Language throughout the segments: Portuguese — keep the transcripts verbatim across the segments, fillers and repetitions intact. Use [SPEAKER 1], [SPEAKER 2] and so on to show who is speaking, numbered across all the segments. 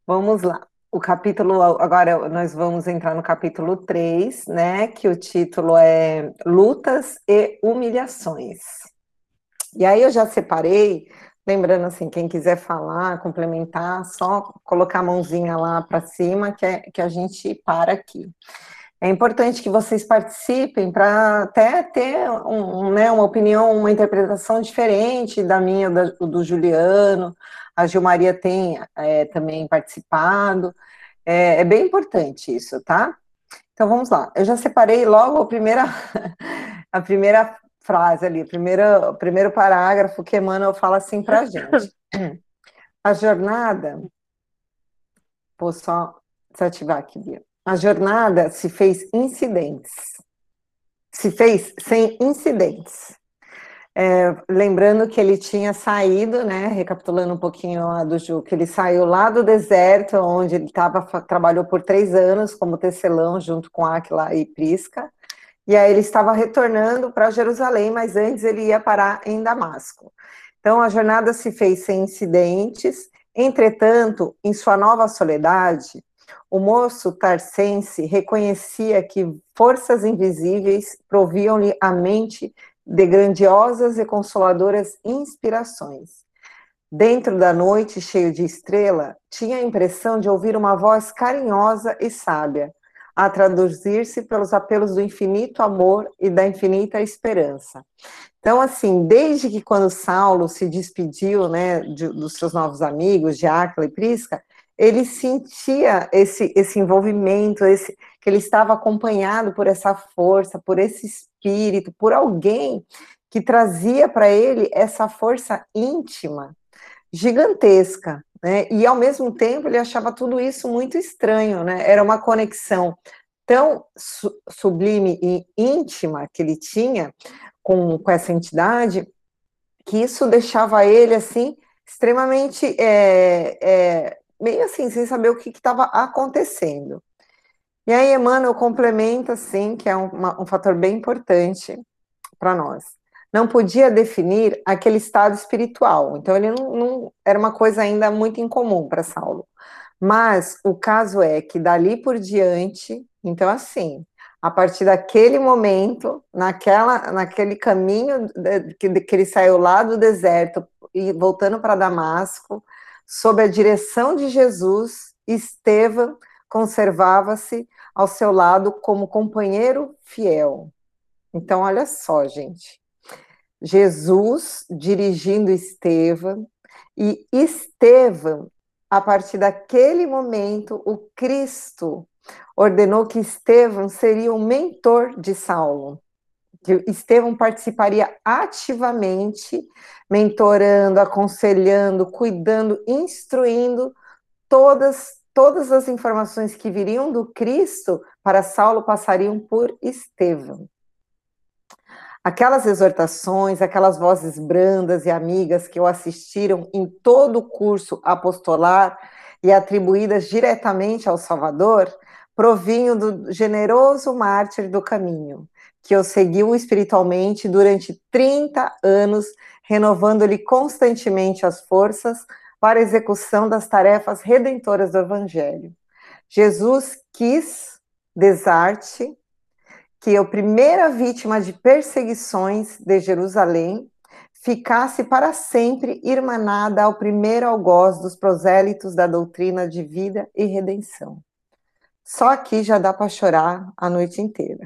[SPEAKER 1] Vamos lá. O capítulo, agora nós vamos entrar no capítulo três, né? Que o título é Lutas e Humilhações. E aí eu já separei, lembrando assim, quem quiser falar, complementar, só colocar a mãozinha lá para cima que, é, que a gente para aqui. É importante que vocês participem para até ter um, um, né, uma opinião, uma interpretação diferente da minha, da, do Juliano. A Gilmaria tem é, também participado. É, é bem importante isso, tá? Então vamos lá. Eu já separei logo a primeira, a primeira frase ali, o primeiro, o primeiro parágrafo que Emmanuel fala assim para a gente. A jornada, vou só desativar aqui, Bia. A jornada se fez incidentes. Se fez sem incidentes. É, lembrando que ele tinha saído, né, recapitulando um pouquinho lá do Ju, que ele saiu lá do deserto, onde ele tava, trabalhou por três anos como tecelão, junto com Áquila e Prisca, e aí ele estava retornando para Jerusalém, mas antes ele ia parar em Damasco. Então a jornada se fez sem incidentes, entretanto, em sua nova soledade, o moço tarcense reconhecia que forças invisíveis proviam-lhe a mente de grandiosas e consoladoras inspirações. Dentro da noite, cheio de estrela, tinha a impressão de ouvir uma voz carinhosa e sábia, a traduzir-se pelos apelos do infinito amor e da infinita esperança. Então, assim, desde que quando Saulo se despediu, né, de, dos seus novos amigos, de Áquila e Prisca, ele sentia esse, esse envolvimento, esse, que ele estava acompanhado por essa força, por esse espírito, por alguém que trazia para ele essa força íntima, gigantesca, né? E ao mesmo tempo ele achava tudo isso muito estranho, né? Era uma conexão tão su sublime e íntima que ele tinha com, com essa entidade, que isso deixava ele, assim, extremamente, é, é, meio assim, sem saber o que estava acontecendo. E aí Emmanuel complementa, assim, que é um, uma, um fator bem importante para nós. Não podia definir aquele estado espiritual, então ele não, não era uma coisa ainda muito incomum para Saulo. Mas o caso é que dali por diante, então assim, a partir daquele momento, naquela, naquele caminho que, que ele saiu lá do deserto e voltando para Damasco, sob a direção de Jesus, Estevão conservava-se ao seu lado como companheiro fiel. Então, olha só, gente. Jesus dirigindo Estevão, e Estevão, a partir daquele momento, o Cristo ordenou que Estevão seria o mentor de Saulo, que Estevão participaria ativamente, mentorando, aconselhando, cuidando, instruindo todas, todas as informações que viriam do Cristo para Saulo passariam por Estevão. Aquelas exortações, aquelas vozes brandas e amigas que o assistiram em todo o curso apostolar e atribuídas diretamente ao Salvador, provinham do generoso mártir do caminho, que o seguiu espiritualmente durante trinta anos, renovando-lhe constantemente as forças para a execução das tarefas redentoras do Evangelho. Jesus quis desarte que a primeira vítima de perseguições de Jerusalém ficasse para sempre irmanada ao primeiro algoz dos prosélitos da doutrina de vida e redenção. Só aqui já dá para chorar a noite inteira.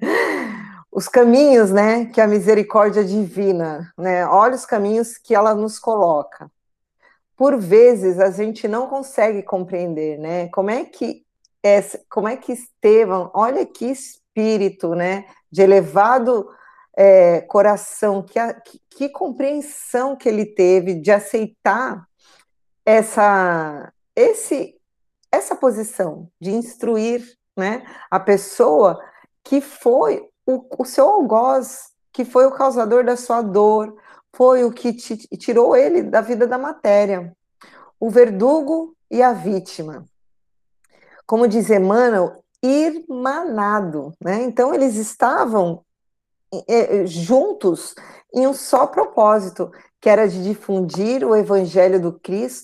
[SPEAKER 1] Os caminhos, né, que a misericórdia divina, né, olha os caminhos que ela nos coloca. Por vezes a gente não consegue compreender, né, como é que é, como é que Estevão, olha que espírito, né, de elevado é, coração, que, a, que, que compreensão que ele teve de aceitar essa, esse, essa posição de instruir, né, a pessoa que foi o, o seu algoz, que foi o causador da sua dor, foi o que te, tirou ele da vida da matéria, o verdugo e a vítima. Como diz Emmanuel, irmanado, né? Então eles estavam é, juntos em um só propósito, que era de difundir o evangelho do Cristo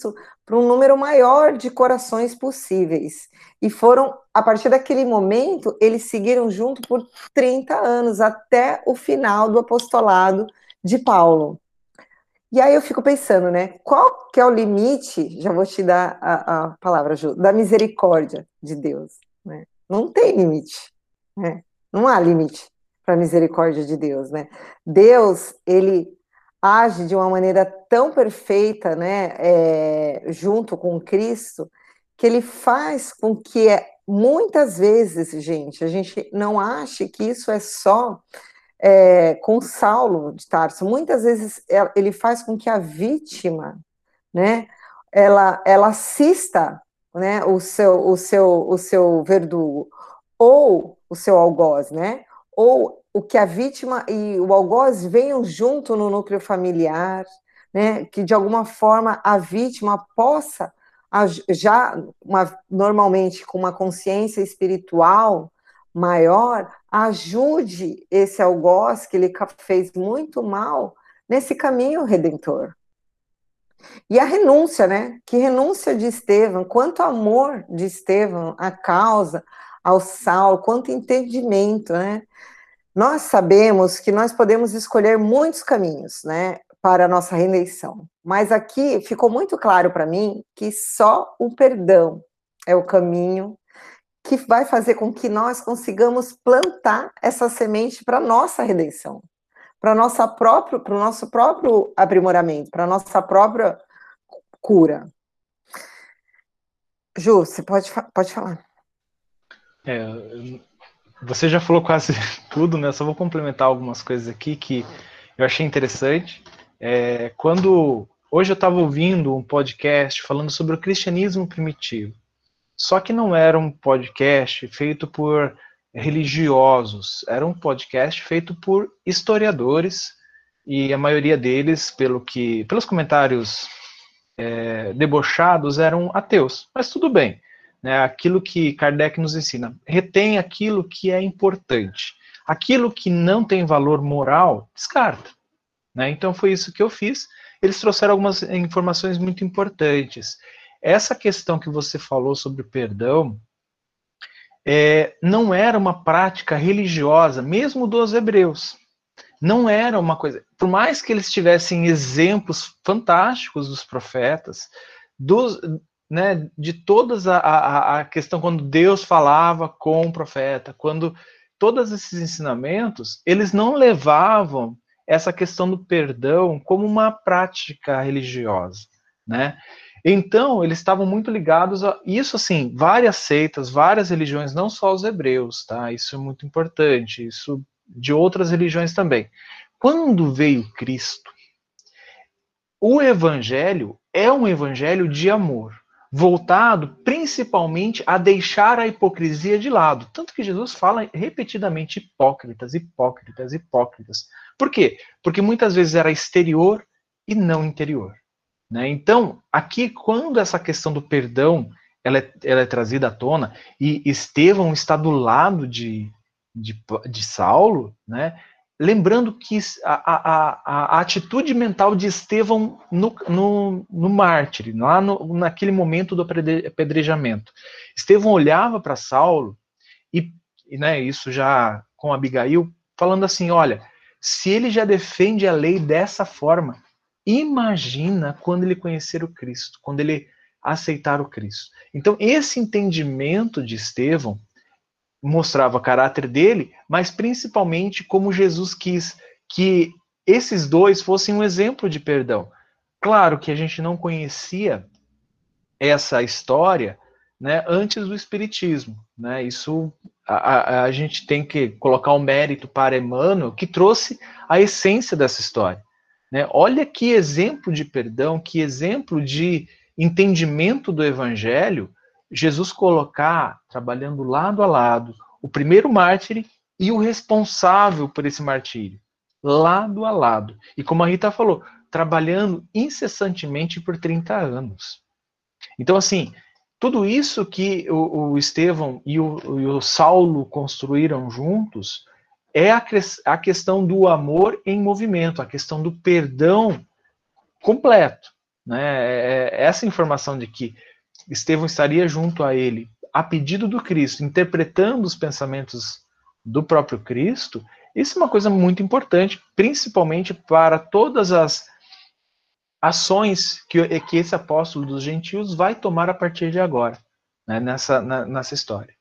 [SPEAKER 1] para um número maior de corações possíveis. E foram, a partir daquele momento, eles seguiram junto por trinta anos, até o final do apostolado de Paulo. E aí eu fico pensando, né, qual que é o limite, já vou te dar a, a palavra, Ju, da misericórdia de Deus, né? Não tem limite, né? Não há limite para a misericórdia de Deus, né? Deus, ele age de uma maneira tão perfeita, né, é, junto com Cristo, que ele faz com que, muitas vezes, gente, a gente não ache que isso é só é, com Saulo de Tarso. Muitas vezes ele faz com que a vítima, né, ela, ela assista, né, o seu, o seu, o seu verdugo, ou o seu algoz, né, ou o que a vítima e o algoz venham junto no núcleo familiar, né, que de alguma forma a vítima possa, já uma, normalmente com uma consciência espiritual maior, ajude esse algoz que ele fez muito mal nesse caminho redentor. E a renúncia, né? Que renúncia de Estevão, quanto amor de Estevão à causa, ao Saulo, quanto entendimento, né? Nós sabemos que nós podemos escolher muitos caminhos, né, para a nossa redenção. Mas aqui ficou muito claro para mim que só o perdão é o caminho que vai fazer com que nós consigamos plantar essa semente para a nossa redenção, para nossa próprio, para o nosso próprio aprimoramento, para a nossa própria cura. Ju, você pode, pode falar.
[SPEAKER 2] É, você já falou quase tudo, né? Só vou complementar algumas coisas aqui que eu achei interessante. É, quando hoje eu estava ouvindo um podcast falando sobre o cristianismo primitivo, só que não era um podcast feito por religiosos, era um podcast feito por historiadores, e a maioria deles, pelo que, pelos comentários é, debochados, eram ateus. Mas tudo bem, né? Aquilo que Kardec nos ensina, retém aquilo que é importante. Aquilo que não tem valor moral, descarta. Né? Então foi isso que eu fiz. Eles trouxeram algumas informações muito importantes. Essa questão que você falou sobre o perdão é, não era uma prática religiosa, mesmo dos hebreus. Não era uma coisa. Por mais que eles tivessem exemplos fantásticos dos profetas, dos, né, de todas a, a, a questão quando Deus falava com o profeta, quando todos esses ensinamentos, eles não levavam essa questão do perdão como uma prática religiosa, né? Então, eles estavam muito ligados a isso, assim, várias seitas, várias religiões, não só os hebreus, tá? Isso é muito importante, isso de outras religiões também. Quando veio Cristo, o evangelho é um evangelho de amor, voltado principalmente a deixar a hipocrisia de lado. Tanto que Jesus fala repetidamente hipócritas, hipócritas, hipócritas. Por quê? Porque muitas vezes era exterior e não interior. Né? Então, aqui, quando essa questão do perdão ela é, ela é trazida à tona, e Estevão está do lado de, de, de Saulo, né? Lembrando que a, a, a, a atitude mental de Estevão no, no, no mártir, lá no, naquele momento do apedrejamento. Estevão olhava para Saulo, e, e né, isso já com Abigail, falando assim, olha, se ele já defende a lei dessa forma, imagina quando ele conhecer o Cristo, quando ele aceitar o Cristo. Então, esse entendimento de Estevão mostrava o caráter dele, mas principalmente como Jesus quis que esses dois fossem um exemplo de perdão. Claro que a gente não conhecia essa história, né, antes do Espiritismo. Né? Isso a, a, a gente tem que colocar o mérito para Emmanuel, que trouxe a essência dessa história. Né? Olha que exemplo de perdão, que exemplo de entendimento do Evangelho, Jesus colocar, trabalhando lado a lado, o primeiro mártir e o responsável por esse martírio, lado a lado. E como a Rita falou, trabalhando incessantemente por trinta anos. Então, assim, tudo isso que o, o Estevão e o, e o Saulo construíram juntos é a, a questão do amor em movimento, a questão do perdão completo. né? É, é essa informação de que Estevão estaria junto a ele, a pedido do Cristo, interpretando os pensamentos do próprio Cristo, isso é uma coisa muito importante, principalmente para todas as ações que, que esse apóstolo dos gentios vai tomar a partir de agora, né, nessa, na, nessa história.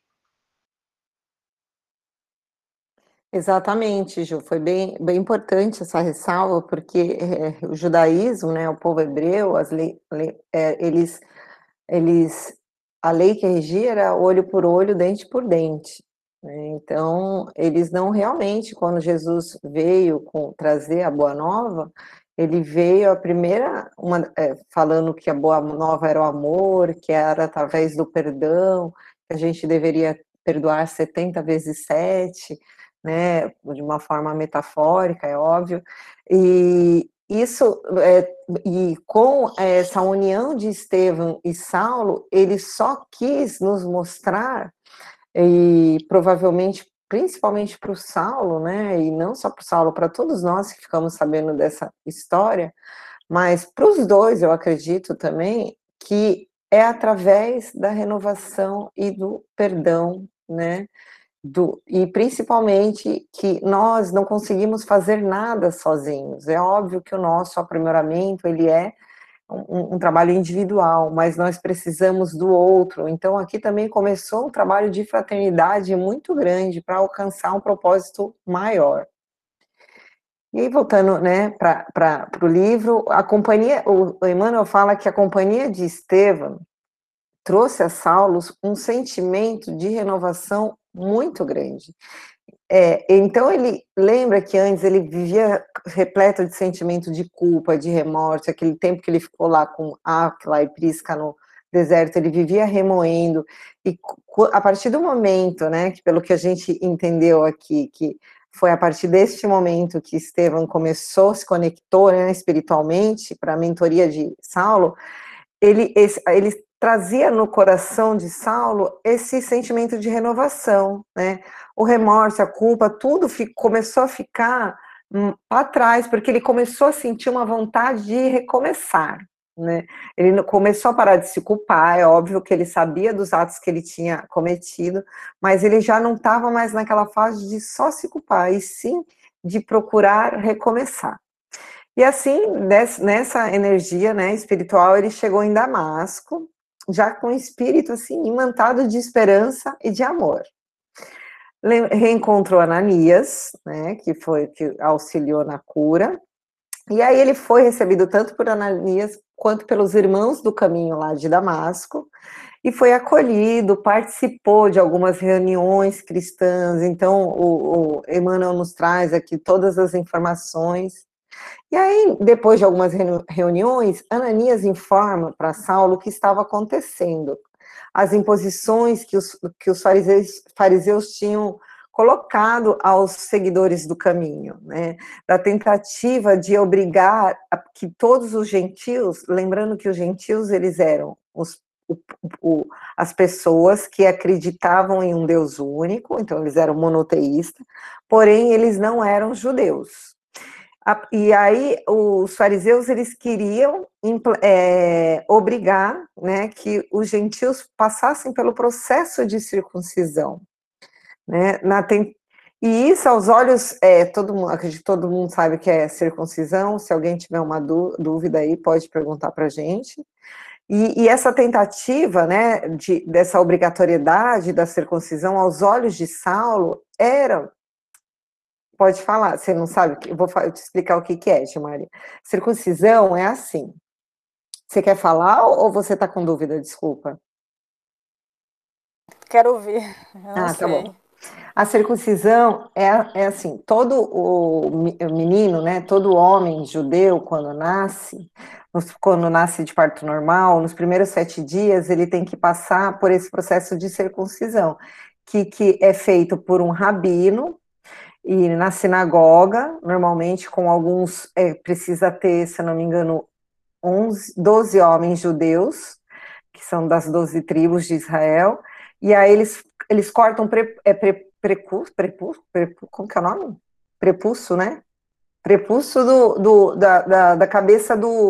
[SPEAKER 1] Exatamente, Ju, foi bem, bem importante essa ressalva, porque é, o judaísmo, né, o povo hebreu, as lei, lei, é, eles, eles, a lei que regia era olho por olho, dente por dente, né? Então, eles não realmente, quando Jesus veio com, trazer a Boa Nova, ele veio a primeira, uma, é, falando que a Boa Nova era o amor, que era através do perdão, que a gente deveria perdoar setenta vezes sete, né, de uma forma metafórica, é óbvio, e isso, é, e com essa união de Estevão e Saulo, ele só quis nos mostrar, e provavelmente, principalmente para o Saulo, né, e não só para o Saulo, para todos nós que ficamos sabendo dessa história, mas para os dois, eu acredito também, que é através da renovação e do perdão, né, do, e principalmente que nós não conseguimos fazer nada sozinhos. É óbvio que o nosso aprimoramento, ele é um, um trabalho individual, mas nós precisamos do outro. Então, aqui também começou um trabalho de fraternidade muito grande para alcançar um propósito maior. E aí, voltando, né, para o livro, a companhia, o, o Emmanuel fala que a companhia de Estevão trouxe a Saulo um sentimento de renovação muito grande. É, então ele lembra que antes ele vivia repleto de sentimento de culpa, de remorso, aquele tempo que ele ficou lá com Áquila e Prisca no deserto, ele vivia remoendo, e a partir do momento, né, que pelo que a gente entendeu aqui, que foi a partir deste momento que Estevão começou, se conectou, né, espiritualmente para a mentoria de Saulo, ele, esse, ele trazia no coração de Saulo esse sentimento de renovação, né? O remorso, a culpa, tudo fico, começou a ficar hum, para trás, porque ele começou a sentir uma vontade de recomeçar, né? Ele começou a parar de se culpar, é óbvio que ele sabia dos atos que ele tinha cometido, mas ele já não estava mais naquela fase de só se culpar, e sim de procurar recomeçar. E assim, nessa energia, né, espiritual, ele chegou em Damasco, já com o espírito assim, imantado de esperança e de amor. Reencontrou Ananias, né, que foi que auxiliou na cura, e aí ele foi recebido tanto por Ananias quanto pelos irmãos do caminho lá de Damasco, e foi acolhido, participou de algumas reuniões cristãs. Então o, o Emmanuel nos traz aqui todas as informações. E aí, depois de algumas reuniões, Ananias informa para Saulo o que estava acontecendo, as imposições que os, que os fariseus, fariseus tinham colocado aos seguidores do caminho, né, da tentativa de obrigar a, que todos os gentios, lembrando que os gentios, eles eram os, o, o, as pessoas que acreditavam em um Deus único, então eles eram monoteístas, porém eles não eram judeus. E aí os fariseus, eles queriam é, obrigar, né, que os gentios passassem pelo processo de circuncisão, né, na tem... e isso aos olhos, é, todo mundo, acredito que todo mundo sabe que é circuncisão. Se alguém tiver uma dúvida aí, pode perguntar para a gente. E, e essa tentativa, né, de, dessa obrigatoriedade da circuncisão aos olhos de Saulo era... Pode falar, você não sabe? Eu vou te explicar o que que é, Gilmaria. Circuncisão é assim. Você quer falar ou você está com dúvida? Desculpa.
[SPEAKER 3] Quero ouvir. Eu não
[SPEAKER 1] ah,
[SPEAKER 3] sei.
[SPEAKER 1] Tá bom. A circuncisão é, é assim, todo o menino, né, todo homem judeu, quando nasce, quando nasce de parto normal, nos primeiros sete dias, ele tem que passar por esse processo de circuncisão, que, que é feito por um rabino, e na sinagoga, normalmente com alguns, é, precisa ter, se não me engano, onze, doze homens judeus, que são das doze tribos de Israel, e aí eles, eles cortam pre, é, pre, precurso, prepulso, prepulso, como que é o nome? Prepulso, né? Prepulso do, do, da, da, da cabeça do,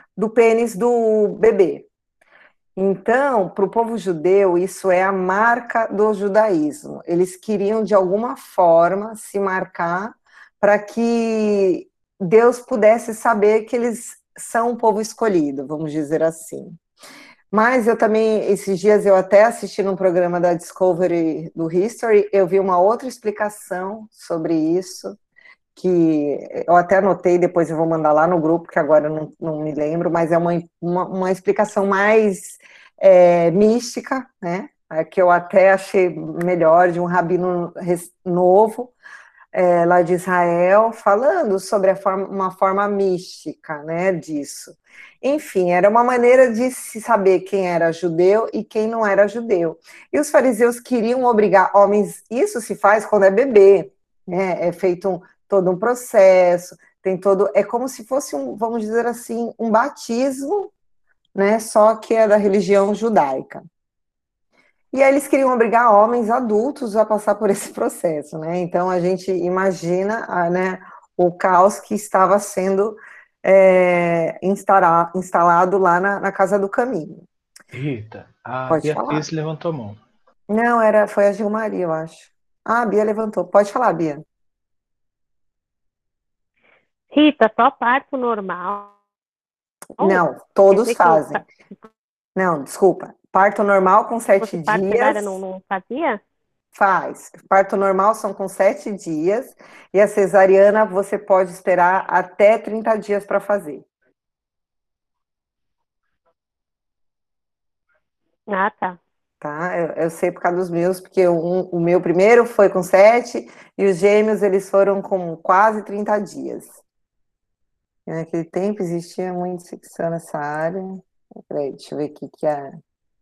[SPEAKER 1] do pênis do bebê. Então, para o povo judeu, isso é a marca do judaísmo. Eles queriam, de alguma forma, se marcar para que Deus pudesse saber que eles são um povo escolhido, vamos dizer assim. Mas eu também, esses dias, eu até assisti num programa da Discovery do History, eu vi uma outra explicação sobre isso, que eu até anotei, depois eu vou mandar lá no grupo, que agora eu não, não me lembro, mas é uma, uma, uma explicação mais é, mística, né? É, que eu até achei melhor, de um rabino novo, é, lá de Israel, falando sobre a forma, uma forma mística, né, disso. Enfim, era uma maneira de se saber quem era judeu e quem não era judeu. E os fariseus queriam obrigar homens, isso se faz quando é bebê, né, é feito um, todo um processo, tem todo, é como se fosse um, vamos dizer assim, um batismo, né, só que é da religião judaica. E aí eles queriam obrigar homens adultos a passar por esse processo, né? Então a gente imagina, né, o caos que estava sendo é, instala, instalado lá na, na Casa do Caminho.
[SPEAKER 2] Rita, a
[SPEAKER 1] Pode falar.
[SPEAKER 2] Beatriz levantou a mão.
[SPEAKER 1] Não, era, foi a Gilmaria, eu acho. Ah, a Bia levantou. Pode falar, Bia.
[SPEAKER 3] Rita, só parto normal.
[SPEAKER 1] Não, todos fazem. Não, desculpa. Parto normal com sete dias.
[SPEAKER 3] Parto cesárea não, não fazia?
[SPEAKER 1] Faz. Parto normal são com sete dias e a cesariana você pode esperar até trinta dias para fazer.
[SPEAKER 3] Ah, tá.
[SPEAKER 1] Tá? Eu, eu sei por causa dos meus, porque um, o meu primeiro foi com sete e os gêmeos eles foram com quase trinta dias. E naquele tempo existia muita secção nessa área. Peraí, deixa eu ver o que que é.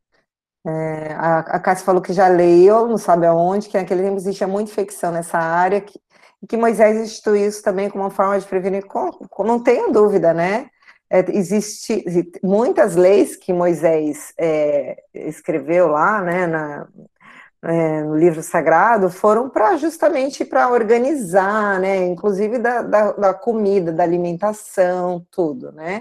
[SPEAKER 1] É, a, a Cássia falou que já leu, não sabe aonde, que naquele tempo existia muita infecção nessa área, que, que Moisés instituiu isso também como uma forma de prevenir, com, com, não tenho dúvida, né? É, existe muitas leis que Moisés é, escreveu lá, né, na, é, no livro sagrado, foram para justamente para organizar, né, inclusive da, da, da comida, da alimentação, tudo, né?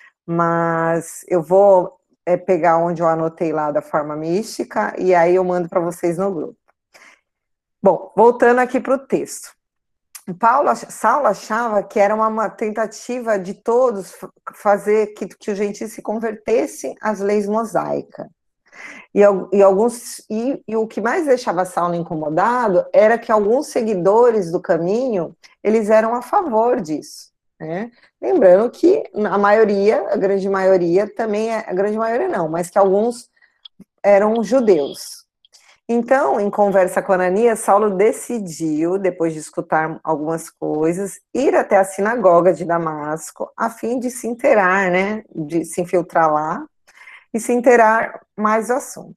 [SPEAKER 1] Mas eu vou é, pegar onde eu anotei lá da forma mística e aí eu mando para vocês no grupo. Bom, voltando aqui para o texto. Paulo, Saulo achava que era uma, uma tentativa de todos fazer que, que os gentios se convertessem às leis mosaicas. E, e, alguns, e, e o que mais deixava Saulo incomodado era que alguns seguidores do caminho, eles eram a favor disso, né? Lembrando que a maioria, a grande maioria também é, a grande maioria não, mas que alguns eram judeus. Então, em conversa com Ananias, Saulo decidiu, depois de escutar algumas coisas, ir até a sinagoga de Damasco, a fim de se inteirar, né, de se infiltrar lá, e se inteirar mais do assunto.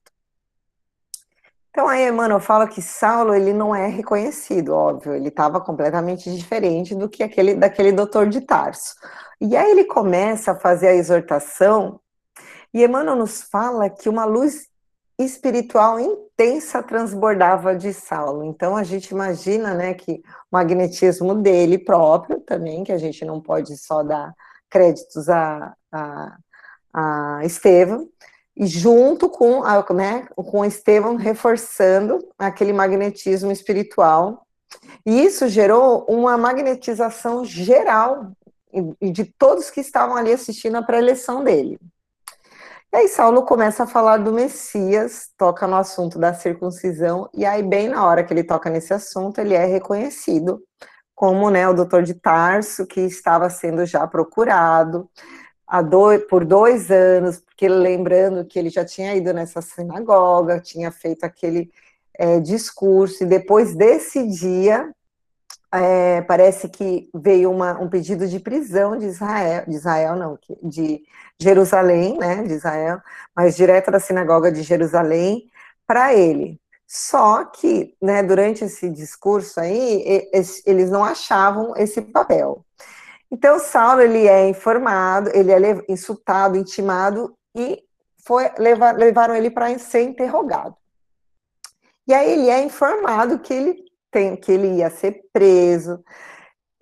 [SPEAKER 1] Então aí Emmanuel fala que Saulo ele não é reconhecido, óbvio, ele estava completamente diferente do que aquele daquele doutor de Tarso. E aí ele começa a fazer a exortação, e Emmanuel nos fala que uma luz espiritual intensa transbordava de Saulo. Então a gente imagina, né, que o magnetismo dele próprio também, que a gente não pode só dar créditos a, a, a Estevão, e junto com, a, né, com Estevão reforçando aquele magnetismo espiritual. E isso gerou uma magnetização geral de todos que estavam ali assistindo a pré-eleição dele. E aí Saulo começa a falar do Messias, toca no assunto da circuncisão, e aí bem na hora que ele toca nesse assunto, ele é reconhecido como, né, o doutor de Tarso, que estava sendo já procurado há dois, por dois anos, porque lembrando que ele já tinha ido nessa sinagoga, tinha feito aquele é, discurso, e depois desse dia, é, parece que veio uma, um pedido de prisão de Israel, de Israel não, de Jerusalém, né, de Israel, mas direto da sinagoga de Jerusalém, para ele. Só que, né, durante esse discurso aí, eles não achavam esse papel. Então, Saulo, ele é informado, ele é insultado, intimado, e foi, levar, levaram ele para ser interrogado. E aí ele é informado que ele, tem, que ele ia ser preso.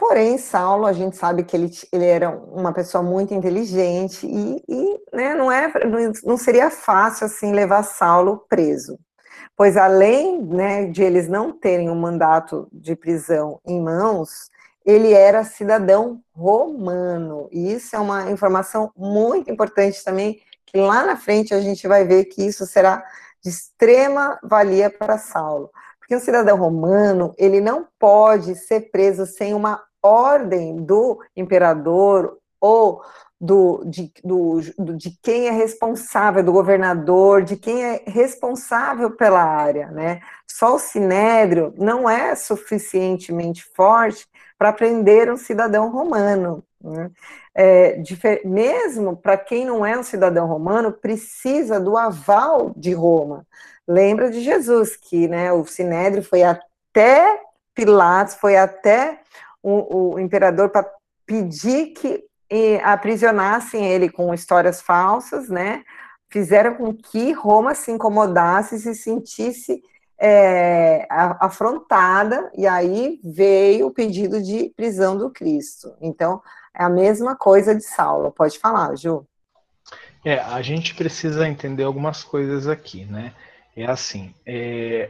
[SPEAKER 1] Porém, Saulo, a gente sabe que ele, ele era uma pessoa muito inteligente e, e né, não, é, não seria fácil assim levar Saulo preso. Pois além, né, de eles não terem um mandato de prisão em mãos, ele era cidadão romano. E isso é uma informação muito importante também, que lá na frente a gente vai ver que isso será de extrema valia para Saulo. Porque um cidadão romano, ele não pode ser preso sem uma ordem do imperador ou do, de, do, de quem é responsável, do governador, de quem é responsável pela área, né? Só o sinédrio não é suficientemente forte para prender um cidadão romano, né? É, mesmo para quem não é um cidadão romano, precisa do aval de Roma. Lembra de Jesus, que, né, o sinédrio foi até Pilatos, foi até o, o imperador para pedir que e aprisionassem ele com histórias falsas, né? Fizeram com que Roma se incomodasse e se sentisse é, afrontada, e aí veio o pedido de prisão do Cristo. Então, é a mesma coisa de Saulo. Pode falar, Ju.
[SPEAKER 2] É, a gente precisa entender algumas coisas aqui, né? É assim, é,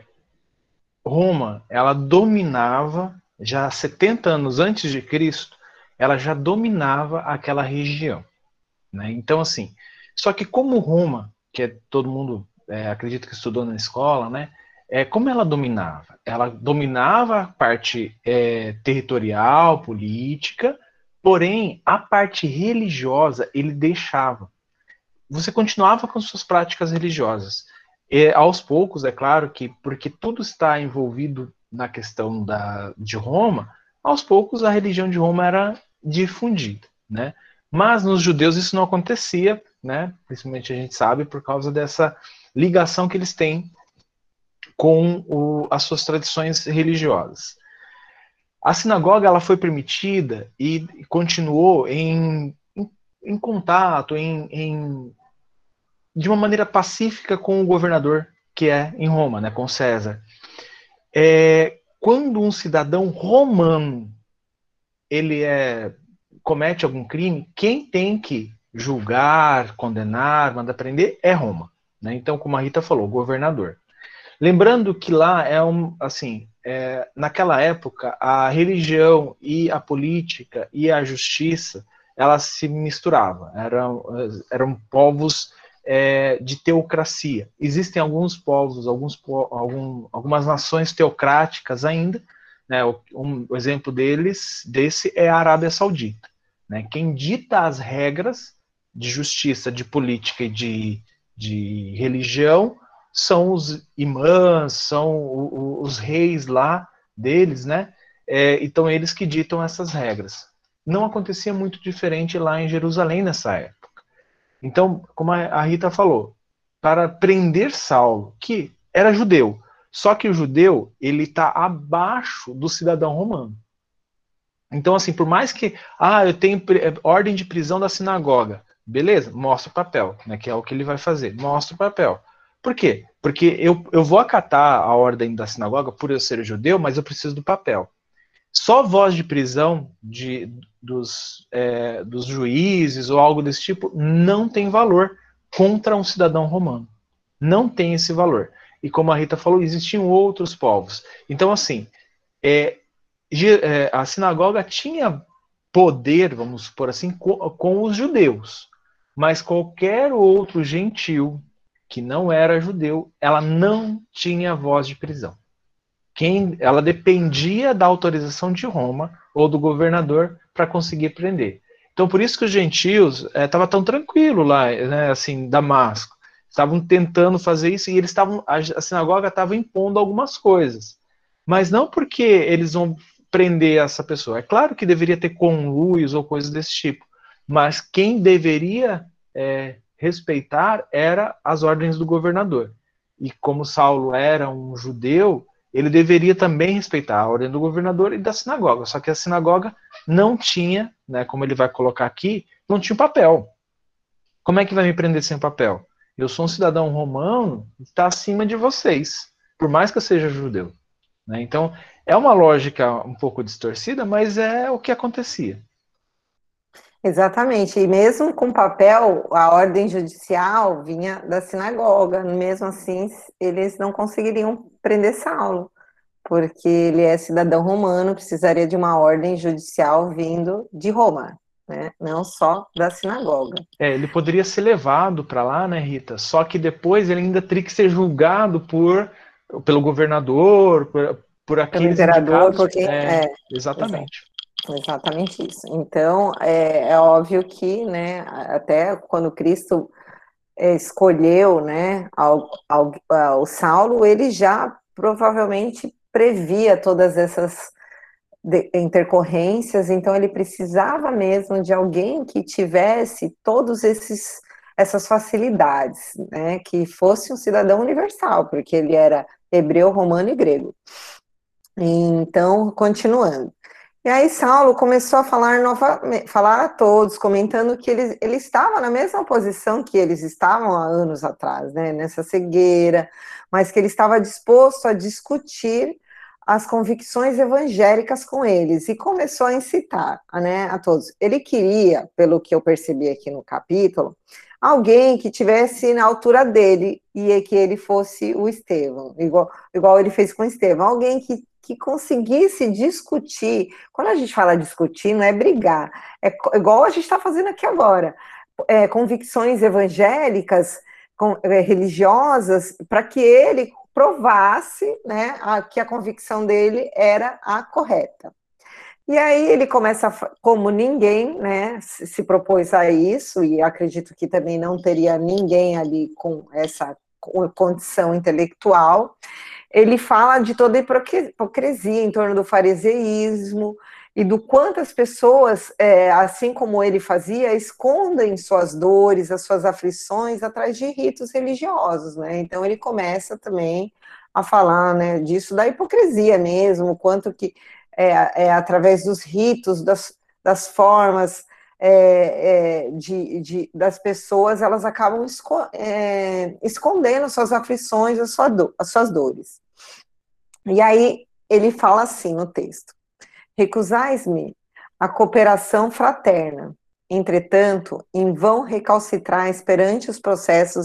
[SPEAKER 2] Roma, ela dominava, já setenta anos antes de Cristo, ela já dominava aquela região, né? Então, assim, só que como Roma, que é, todo mundo é, acredita que estudou na escola, né? É, como ela dominava? Ela dominava a parte é, territorial, política, porém, a parte religiosa ele deixava. Você continuava com suas práticas religiosas. E, aos poucos, é claro que, porque tudo está envolvido na questão da, de Roma, aos poucos a religião de Roma era difundida, né? Mas nos judeus isso não acontecia, né? Principalmente a gente sabe por causa dessa ligação que eles têm com o, as suas tradições religiosas. A sinagoga ela foi permitida e continuou em, em, em contato, em, em de uma maneira pacífica com o governador, que é em Roma, né, com César. É, quando um cidadão romano ele é, comete algum crime, quem tem que julgar, condenar, mandar prender é Roma. Né? Então, como a Rita falou, o governador. Lembrando que lá é um, assim, é, naquela época a religião e a política e a justiça elas se misturavam. Eram, eram povos é, de teocracia. Existem alguns povos, alguns, algum, algumas nações teocráticas ainda. Né, o, um, o exemplo deles, desse é a Arábia Saudita. Né, quem dita as regras de justiça, de política e de, de religião são os imãs, são o, o, os reis lá deles, né? É, então eles que ditam essas regras. Não acontecia muito diferente lá em Jerusalém nessa época. Então, como a Rita falou, para prender Saulo, que era judeu, só que o judeu ele está abaixo do cidadão romano. Então, assim, por mais que, ah, eu tenho ordem de prisão da sinagoga, beleza? Mostra o papel, né? Que é o que ele vai fazer. Mostra o papel. Por quê? Porque eu, eu vou acatar a ordem da sinagoga por eu ser judeu, mas eu preciso do papel. Só voz de prisão de, dos, é, dos juízes ou algo desse tipo não tem valor contra um cidadão romano. Não tem esse valor. E como a Rita falou, existiam outros povos. Então, assim, é, é, a sinagoga tinha poder, vamos supor assim, com, com os judeus. Mas qualquer outro gentil que não era judeu, ela não tinha voz de prisão. Quem, ela dependia da autorização de Roma ou do governador para conseguir prender. Então, por isso que os gentios estavam é, tão tranquilo lá, né, assim, Damasco. Estavam tentando fazer isso e eles estavam, a, a sinagoga estava impondo algumas coisas. Mas não porque eles vão prender essa pessoa. É claro que deveria ter conluios ou coisas desse tipo. Mas quem deveria é, respeitar era as ordens do governador. E como Saulo era um judeu, ele deveria também respeitar a ordem do governador e da sinagoga. Só que a sinagoga não tinha, né, como ele vai colocar aqui, não tinha papel. Como é que vai me prender sem papel? Eu sou um cidadão romano que está acima de vocês, por mais que eu seja judeu. né? Então, é uma lógica um pouco distorcida, mas é o que acontecia.
[SPEAKER 1] Exatamente, e mesmo com papel, a ordem judicial vinha da sinagoga, mesmo assim, eles não conseguiriam prender Saulo, porque ele é cidadão romano, precisaria de uma ordem judicial vindo de Roma, né? Não só da sinagoga.
[SPEAKER 2] É, ele poderia ser levado para lá, né, Rita? Só que depois ele ainda teria que ser julgado por, pelo governador, por, por
[SPEAKER 1] Pelo
[SPEAKER 2] aqueles
[SPEAKER 1] imperador,
[SPEAKER 2] indicados.
[SPEAKER 1] porque
[SPEAKER 2] É,
[SPEAKER 1] é,
[SPEAKER 2] exatamente.
[SPEAKER 1] exatamente isso. Então, é, é óbvio que, né, até quando Cristo é, escolheu, né, ao, ao, ao Saulo, ele já provavelmente previa todas essas de, intercorrências, então ele precisava mesmo de alguém que tivesse todos esses essas facilidades, né, que fosse um cidadão universal, porque ele era hebreu, romano e grego. Então, continuando. E aí Saulo começou a falar, nova, falar a todos, comentando que ele, ele estava na mesma posição que eles estavam há anos atrás, né, nessa cegueira, mas que ele estava disposto a discutir as convicções evangélicas com eles, e começou a incitar, né, a todos. Ele queria, pelo que eu percebi aqui no capítulo, alguém que tivesse na altura dele, e que ele fosse o Estevão, igual, igual ele fez com Estevão, alguém que que conseguisse discutir. Quando a gente fala discutir, não é brigar, é igual a gente está fazendo aqui agora, é, convicções evangélicas, com, é, religiosas, para que ele provasse, né, a, que a convicção dele era a correta. E aí ele começa, como ninguém, né, se, se propôs a isso, e acredito que também não teria ninguém ali com essa condição intelectual, ele fala de toda a hipocrisia em torno do fariseísmo e do quanto as pessoas, é, assim como ele fazia, escondem suas dores, as suas aflições atrás de ritos religiosos, né? Então ele começa também a falar, né, disso, da hipocrisia mesmo, quanto que é, é através dos ritos, das, das formas é, é, de, de, das pessoas, elas acabam esco, é, escondendo suas aflições, as, sua do, as suas dores. E aí ele fala assim no texto: recusais-me a cooperação fraterna, entretanto, em vão recalcitrais perante os processos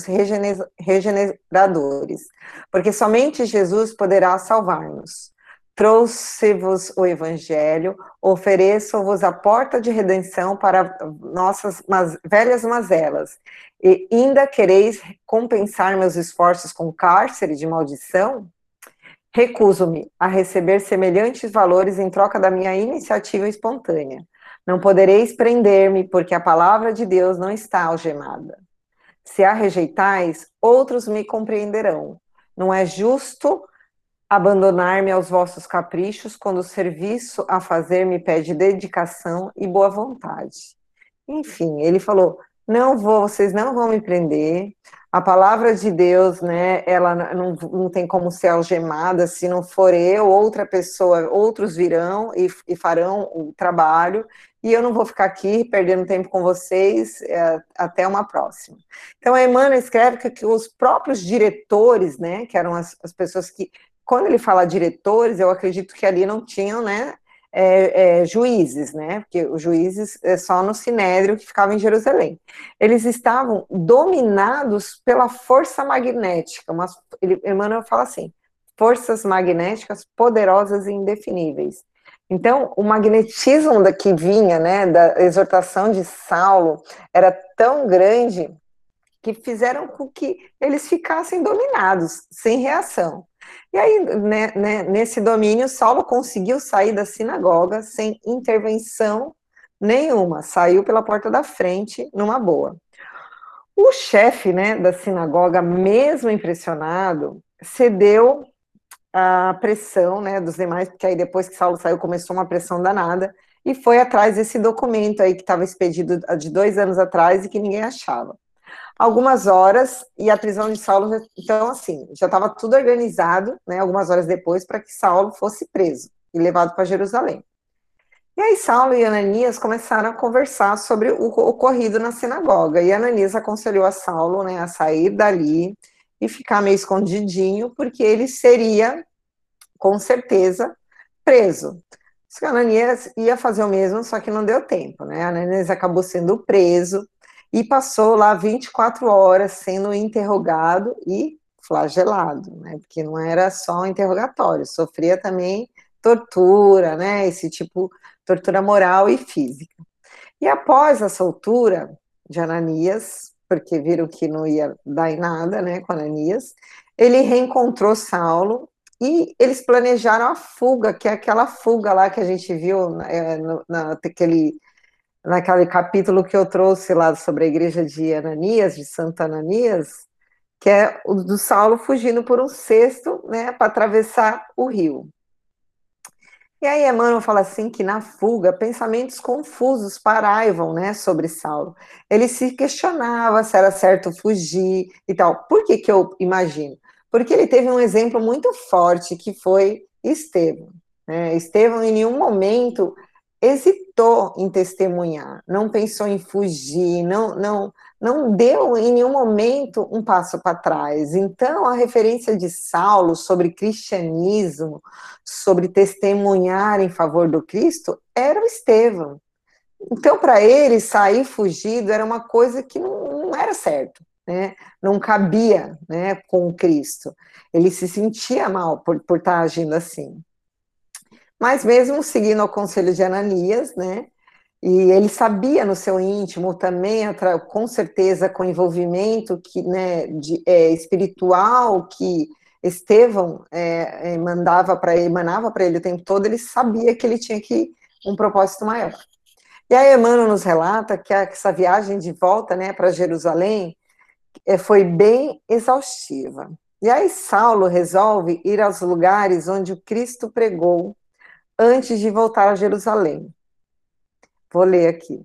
[SPEAKER 1] regeneradores, porque somente Jesus poderá salvar-nos. Trouxe-vos o Evangelho, ofereço-vos a porta de redenção para nossas mas, velhas mazelas, e ainda quereis compensar meus esforços com cárcere de maldição? Recuso-me a receber semelhantes valores em troca da minha iniciativa espontânea. Não podereis prender-me, porque a palavra de Deus não está algemada. Se a rejeitais, outros me compreenderão. Não é justo abandonar-me aos vossos caprichos, quando o serviço a fazer me pede dedicação e boa vontade. Enfim, ele falou, não vou, vocês não vão me prender, a palavra de Deus, né, ela não, não tem como ser algemada, se não for eu, outra pessoa, outros virão e, e farão o trabalho, e eu não vou ficar aqui perdendo tempo com vocês, é, até uma próxima. Então a Emmanuel escreve que, que os próprios diretores, né, que eram as, as pessoas que, quando ele fala diretores, eu acredito que ali não tinham, né, É, é, juízes, né, porque os juízes é só no Sinédrio, que ficava em Jerusalém. Eles estavam dominados pela força magnética, mas ele, Emmanuel fala assim, forças magnéticas poderosas e indefiníveis. Então, o magnetismo da que vinha, né, da exortação de Saulo, era tão grande que fizeram com que eles ficassem dominados, sem reação. E aí, né, né, nesse domínio, Saulo conseguiu sair da sinagoga sem intervenção nenhuma, saiu pela porta da frente, numa boa. O chefe, né, da sinagoga, mesmo impressionado, cedeu à pressão, né, dos demais, porque aí depois que Saulo saiu, começou uma pressão danada, e foi atrás desse documento aí que estava expedido de dois anos atrás e que ninguém achava. Algumas horas, e a prisão de Saulo, então assim, já estava tudo organizado, né, algumas horas depois, para que Saulo fosse preso e levado para Jerusalém. E aí Saulo e Ananias começaram a conversar sobre o ocorrido na sinagoga, e Ananias aconselhou a Saulo, né, a sair dali e ficar meio escondidinho, porque ele seria com certeza, preso. Ananias ia fazer o mesmo, só que não deu tempo, né? Ananias acabou sendo preso e passou lá vinte e quatro horas sendo interrogado e flagelado, né? Porque não era só um interrogatório, sofria também tortura, né? Esse tipo, tortura moral e física. E após a soltura de Ananias, porque viram que não ia dar em nada, né, com Ananias, ele reencontrou Saulo e eles planejaram a fuga, que é aquela fuga lá que a gente viu é, no, naquele, naquele capítulo que eu trouxe lá sobre a igreja de Ananias, de Santo Ananias, que é o do Saulo fugindo por um cesto, né, para atravessar o rio. E aí Emmanuel fala assim que na fuga pensamentos confusos paraivam, né, sobre Saulo. Ele se questionava se era certo fugir e tal. Por que que eu imagino? Porque ele teve um exemplo muito forte que foi Estevão, né? Estevão em nenhum momento hesitou em testemunhar, não pensou em fugir, não, não, não deu em nenhum momento um passo para trás. Então, a referência de Saulo sobre cristianismo, sobre testemunhar em favor do Cristo, era o Estevão. Então, para ele, sair fugido era uma coisa que não, não era certo, né? Não cabia, né, com o Cristo. Ele se sentia mal por, por estar agindo assim. Mas mesmo seguindo o conselho de Ananias, né, e ele sabia no seu íntimo também, com certeza com envolvimento que, né, de, é, espiritual que Estevão é, é, mandava para ele, emanava para ele o tempo todo, ele sabia que ele tinha que um propósito maior. E aí Emmanuel nos relata que essa viagem de volta, né, para Jerusalém é, foi bem exaustiva. E aí Saulo resolve ir aos lugares onde o Cristo pregou antes de voltar a Jerusalém. Vou ler aqui.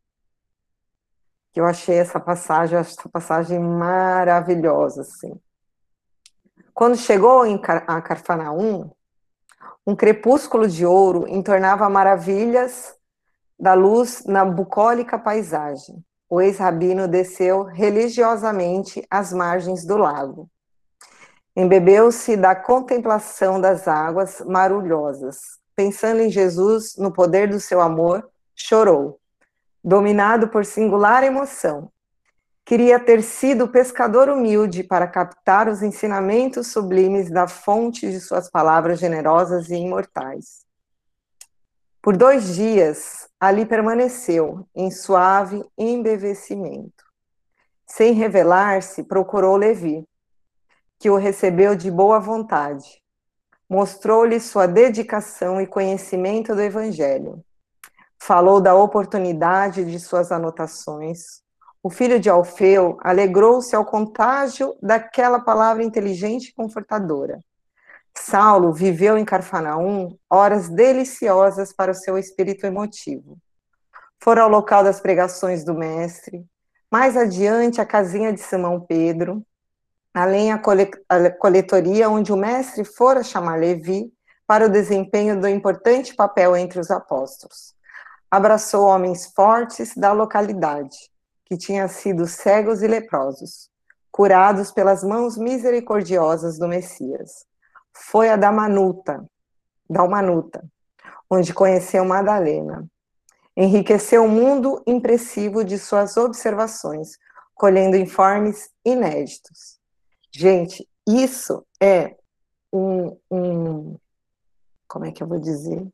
[SPEAKER 1] Eu achei essa passagem, essa passagem maravilhosa, assim. Quando chegou em Car a Cafarnaum, um crepúsculo de ouro entornava maravilhas da luz na bucólica paisagem. O ex-rabino desceu religiosamente às margens do lago. Embebeu-se da contemplação das águas marulhosas. Pensando em Jesus, no poder do seu amor, chorou, dominado por singular emoção. Queria ter sido pescador humilde para captar os ensinamentos sublimes da fonte de suas palavras generosas e imortais. Por dois dias, ali permaneceu, em suave embevecimento. Sem revelar-se, procurou Levi, que o recebeu de boa vontade. Mostrou-lhe sua dedicação e conhecimento do Evangelho. Falou da oportunidade de suas anotações. O filho de Alfeu alegrou-se ao contágio daquela palavra inteligente e confortadora. Saulo viveu em Cafarnaum horas deliciosas para o seu espírito emotivo. Fora ao local das pregações do mestre, mais adiante a casinha de Simão Pedro, além a coletoria onde o mestre fora chamar Levi para o desempenho do importante papel entre os apóstolos. Abraçou homens fortes da localidade, que tinham sido cegos e leprosos, curados pelas mãos misericordiosas do Messias. Foi a Dalmanuta, Dalmanuta, onde conheceu Madalena. Enriqueceu o mundo impressivo de suas observações, colhendo informes inéditos. Gente, isso é um, um como é que eu vou dizer?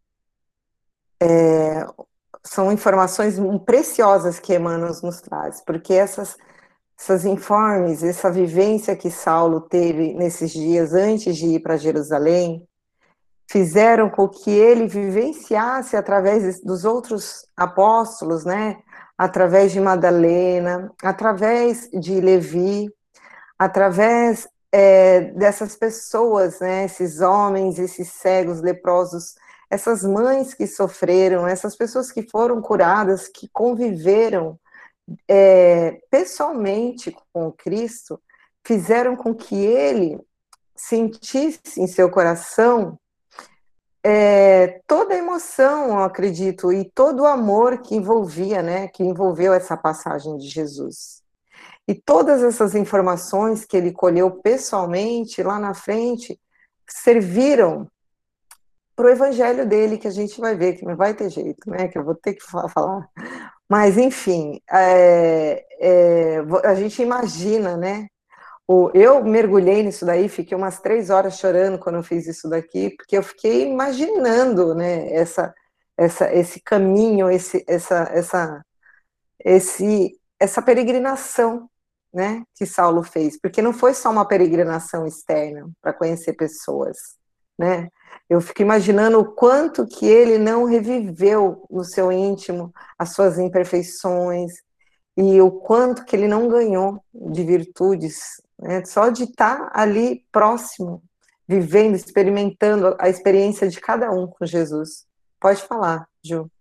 [SPEAKER 1] É, são informações preciosas que Emmanuel nos traz, porque essas, essas informes, essa vivência que Saulo teve nesses dias antes de ir para Jerusalém, fizeram com que ele vivenciasse através dos outros apóstolos, né? Através de Madalena, através de Levi, através é, dessas pessoas, né? Esses homens, esses cegos, leprosos, essas mães que sofreram, essas pessoas que foram curadas, que conviveram é, pessoalmente com Cristo, fizeram com que ele sentisse em seu coração é, toda a emoção, eu acredito, e todo o amor que envolvia, né, que envolveu essa passagem de Jesus. E todas essas informações que ele colheu pessoalmente, lá na frente, serviram para o evangelho dele, que a gente vai ver, que não vai ter jeito, né? Que eu vou ter que falar. Mas, enfim, é, é, a gente imagina, né? Eu mergulhei nisso daí, fiquei umas três horas chorando quando eu fiz isso daqui, porque eu fiquei imaginando, né? Essa, essa, esse caminho, esse, essa, essa, esse, essa peregrinação, né? Que Saulo fez, porque não foi só uma peregrinação externa para conhecer pessoas, né? Eu fico imaginando o quanto que ele não reviveu no seu íntimo as suas imperfeições e o quanto que ele não ganhou de virtudes, né? Só de estar ali próximo, vivendo, experimentando a experiência de cada um com Jesus. Pode falar, Ju.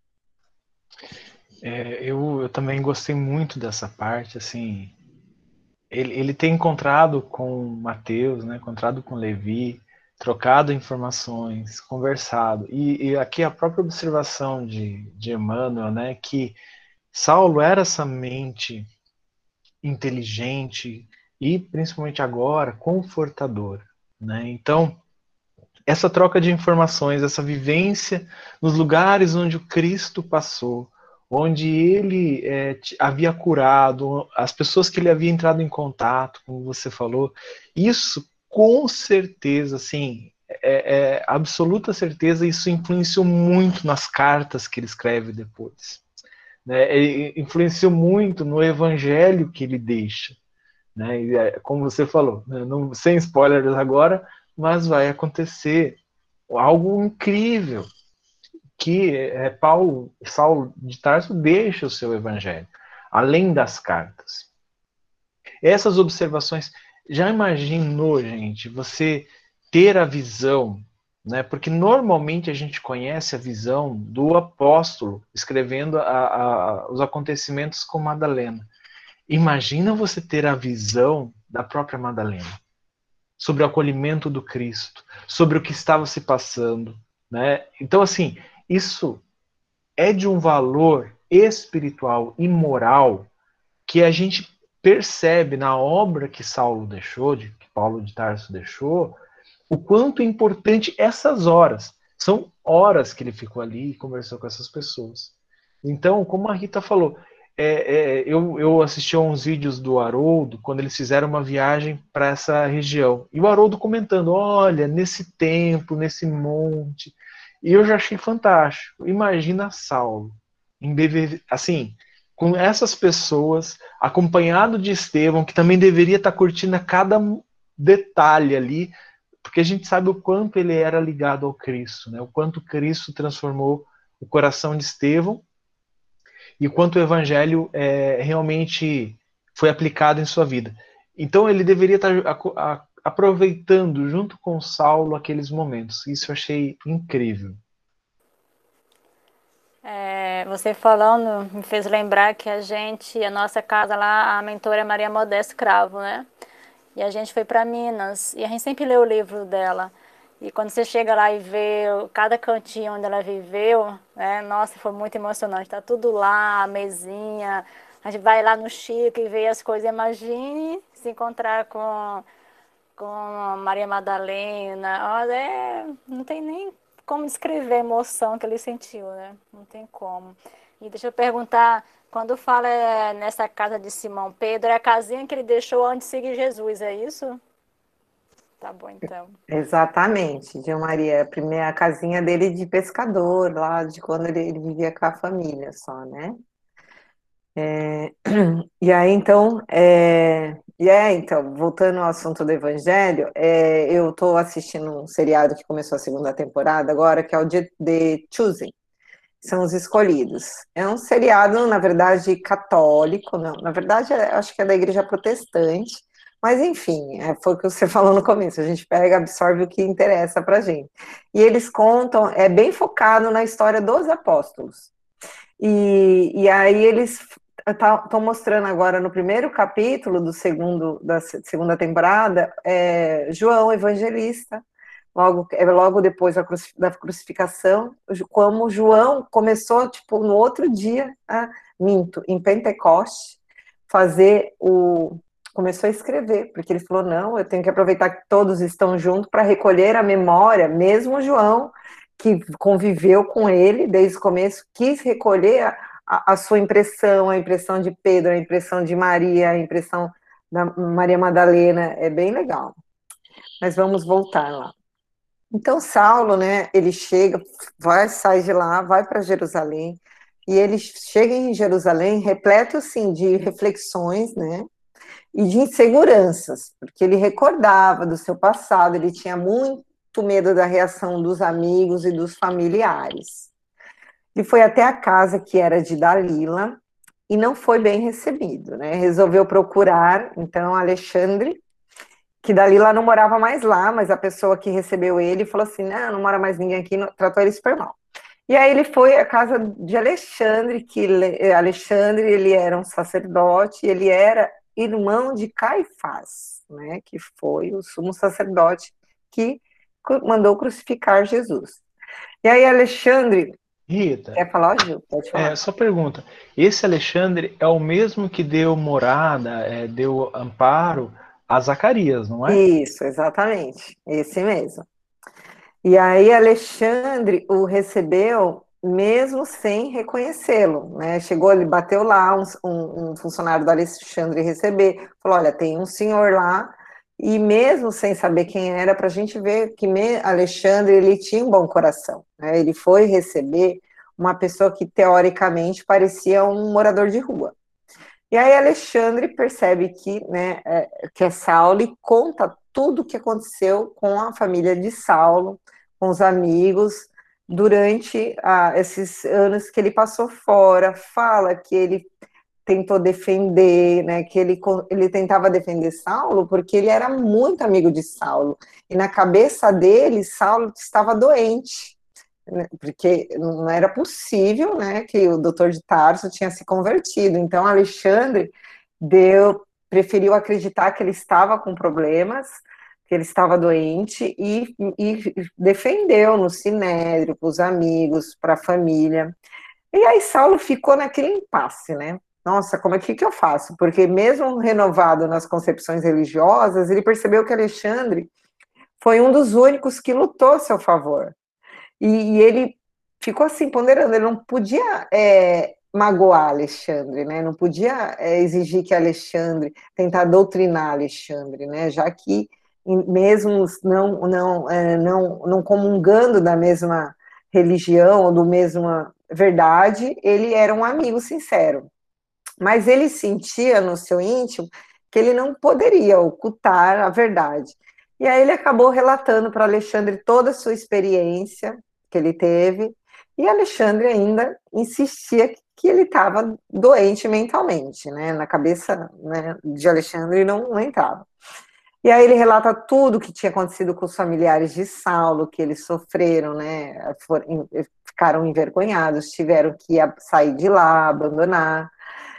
[SPEAKER 2] É, eu, eu também gostei muito dessa parte, assim, ele, ele tem encontrado com Mateus, né, encontrado com Levi, trocado informações, conversado. E, e aqui a própria observação de, de Emmanuel, né, que Saulo era essa mente inteligente e, principalmente agora, confortadora. Né? Então, essa troca de informações, essa vivência nos lugares onde o Cristo passou, onde ele é, havia curado, as pessoas que ele havia entrado em contato, como você falou, isso com certeza, assim, é, é absoluta certeza, isso influenciou muito nas cartas que ele escreve depois. Né? Ele influenciou muito no evangelho que ele deixa. Né? E, como você falou, né? Não, sem spoilers agora, mas vai acontecer algo incrível, que é, Paulo, Saulo de Tarso deixa o seu evangelho, além das cartas. Essas observações, já imaginou, gente, você ter a visão, né? Porque normalmente a gente conhece a visão do apóstolo escrevendo a, a, os acontecimentos com Madalena. Imagina você ter a visão da própria Madalena sobre o acolhimento do Cristo, sobre o que estava se passando, né? Então, assim, isso é de um valor espiritual e moral que a gente percebe na obra que Saulo deixou, de, que Paulo de Tarso deixou, o quanto é importante essas horas. São horas que ele ficou ali e conversou com essas pessoas. Então, como a Rita falou, é, é, eu, eu assisti a uns vídeos do Haroldo quando eles fizeram uma viagem para essa região. E o Haroldo comentando, olha, nesse templo, nesse monte. E eu já achei fantástico. Imagina Saulo, embeve... assim, com essas pessoas, acompanhado de Estevão, que também deveria estar curtindo a cada detalhe ali, porque a gente sabe o quanto ele era ligado ao Cristo, né? O quanto Cristo transformou o coração de Estevão e o quanto o evangelho é, realmente foi aplicado em sua vida. Então ele deveria estar a, a, aproveitando junto com Saulo aqueles momentos. Isso eu achei incrível.
[SPEAKER 4] É, você falando me fez lembrar que a gente, a nossa casa lá, a mentora é Maria Modesta Cravo, né? E a gente foi para Minas e a gente sempre lê o livro dela. E quando você chega lá e vê cada cantinho onde ela viveu, né? Nossa, foi muito emocionante. Tá tudo lá, a mesinha. A gente vai lá no Chico e vê as coisas. Imagine se encontrar com, com Maria Madalena. Olha, é, não tem nem como descrever a emoção que ele sentiu, né? Não tem como. E deixa eu perguntar, quando fala é, nessa casa de Simão Pedro, é a casinha que ele deixou antes de seguir Jesus, é isso? Tá bom, então.
[SPEAKER 1] Exatamente, Gil Maria, a primeira casinha dele de pescador, lá de quando ele, ele vivia com a família só, né? É, e aí, então, é, e é, então, voltando ao assunto do Evangelho, é, eu estou assistindo um seriado que começou a segunda temporada agora, que é o The, The Chosen, são os escolhidos. É um seriado, na verdade, católico, não, na verdade, é, acho que é da igreja protestante, mas enfim, é, foi o que você falou no começo, a gente pega, absorve o que interessa pra gente. E eles contam, é bem focado na história dos apóstolos. E, e aí eles estão mostrando agora no primeiro capítulo do segundo, da segunda temporada, é, João Evangelista, logo, é, logo depois da, da crucificação, como João começou, tipo, no outro dia, a, minto, em Pentecoste, fazer o, começou a escrever, porque ele falou, não, eu tenho que aproveitar que todos estão juntos para recolher a memória, mesmo o João, que conviveu com ele desde o começo, quis recolher a, a, a sua impressão, a impressão de Pedro, a impressão de Maria, a impressão da Maria Madalena, é bem legal. Mas vamos voltar lá. Então Saulo, né, ele chega, vai, sai de lá, vai para Jerusalém, e ele chega em Jerusalém repleto, assim, de reflexões, né, e de inseguranças, porque ele recordava do seu passado, ele tinha muito medo da reação dos amigos e dos familiares. Ele foi até a casa que era de Dalila, e não foi bem recebido, né, resolveu procurar, então, Alexandre, que Dalila não morava mais lá, mas a pessoa que recebeu ele falou assim, não, não mora mais ninguém aqui, tratou ele super mal. E aí ele foi à casa de Alexandre, que Alexandre, ele era um sacerdote, ele era irmão de Caifás, né, que foi o sumo sacerdote que mandou crucificar Jesus. E aí Alexandre...
[SPEAKER 2] Rita,
[SPEAKER 1] quer falar, Gil? Pode falar.
[SPEAKER 2] É, só pergunta, esse Alexandre é o mesmo que deu morada, é, deu amparo a Zacarias, não é?
[SPEAKER 1] Isso, exatamente, esse mesmo. E aí Alexandre o recebeu mesmo sem reconhecê-lo, né? Chegou, ele bateu lá, um, um, um funcionário do Alexandre receber, falou, olha, tem um senhor lá, e mesmo sem saber quem era, para a gente ver que Alexandre, ele tinha um bom coração, né? Ele foi receber uma pessoa que teoricamente parecia um morador de rua. E aí Alexandre percebe que, né, que é Saulo e conta tudo o que aconteceu com a família de Saulo, com os amigos, durante ah, esses anos que ele passou fora, fala que ele tentou defender, né, que ele, ele tentava defender Saulo porque ele era muito amigo de Saulo, e na cabeça dele, Saulo estava doente, porque não era possível, né, que o doutor de Tarso tinha se convertido. Então Alexandre deu, preferiu acreditar que ele estava com problemas, que ele estava doente, e, e defendeu no sinédrio, para os amigos, para a família. E aí Saulo ficou naquele impasse, né? Nossa, como é que, que eu faço? Porque mesmo renovado nas concepções religiosas, ele percebeu que Alexandre foi um dos únicos que lutou a seu favor. E, e ele ficou assim, ponderando, ele não podia é, magoar Alexandre, né? Não podia é, exigir que Alexandre, tentar doutrinar Alexandre, né? Já que mesmo não, não, é, não, não comungando da mesma religião ou da mesma verdade, ele era um amigo sincero. Mas ele sentia no seu íntimo que ele não poderia ocultar a verdade. E aí ele acabou relatando para Alexandre toda a sua experiência que ele teve, e Alexandre ainda insistia que ele estava doente mentalmente, né, na cabeça, né, de Alexandre não, não entrava. E aí ele relata tudo que tinha acontecido com os familiares de Saulo, que eles sofreram, né, foram, ficaram envergonhados, tiveram que sair de lá, abandonar,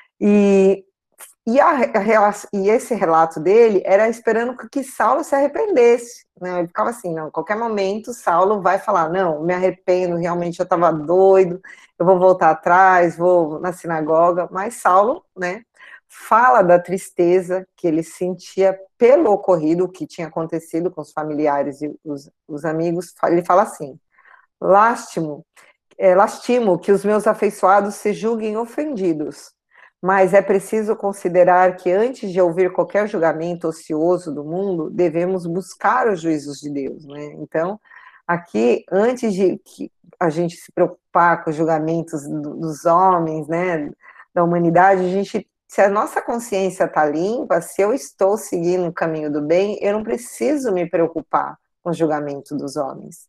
[SPEAKER 1] e E, a, a, e esse relato dele era esperando que Saulo se arrependesse, né? Ele ficava assim, não, a qualquer momento Saulo vai falar, não, me arrependo, realmente eu estava doido, eu vou voltar atrás, vou na sinagoga, mas Saulo, né, fala da tristeza que ele sentia pelo ocorrido, o que tinha acontecido com os familiares e os, os amigos, ele fala assim, lastimo, é, lastimo que os meus afeiçoados se julguem ofendidos, mas é preciso considerar que antes de ouvir qualquer julgamento ocioso do mundo, devemos buscar os juízos de Deus, né? Então, aqui, antes de que a gente se preocupar com os julgamentos dos homens, né, da humanidade, a gente, se a nossa consciência está limpa, se eu estou seguindo o caminho do bem, eu não preciso me preocupar com o julgamento dos homens.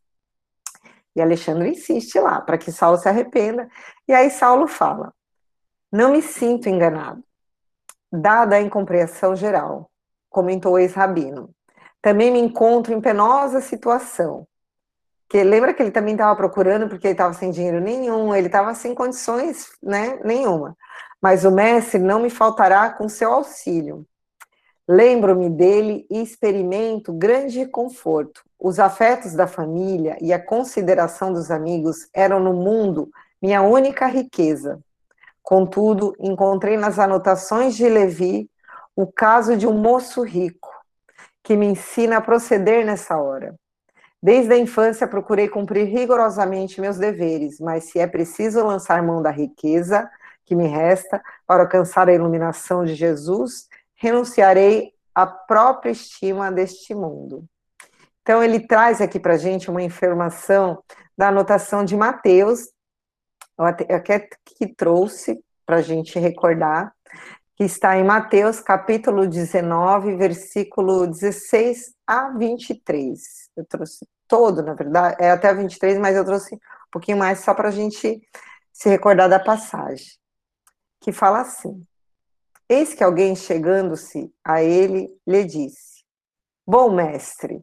[SPEAKER 1] E Alexandre insiste lá, para que Saulo se arrependa, e aí Saulo fala, não me sinto enganado, dada a incompreensão geral, comentou o ex-rabino. Também me encontro em penosa situação. Que lembra que ele também estava procurando, porque ele estava sem dinheiro nenhum, ele estava sem condições, né, nenhuma. Mas o mestre não me faltará com seu auxílio. Lembro-me dele e experimento grande conforto. Os afetos da família e a consideração dos amigos eram no mundo minha única riqueza. Contudo, encontrei nas anotações de Levi o caso de um moço rico, que me ensina a proceder nessa hora. Desde a infância procurei cumprir rigorosamente meus deveres, mas se é preciso lançar mão da riqueza que me resta para alcançar a iluminação de Jesus, renunciarei à própria estima deste mundo. Então ele traz aqui para a gente uma informação da anotação de Mateus, eu até que trouxe para a gente recordar, que está em Mateus capítulo dezenove, versículo dezesseis a vinte e três. Eu trouxe todo, na verdade, é até vinte e três, mas eu trouxe um pouquinho mais só para a gente se recordar da passagem, que fala assim: eis que alguém chegando-se a ele, lhe disse: bom mestre,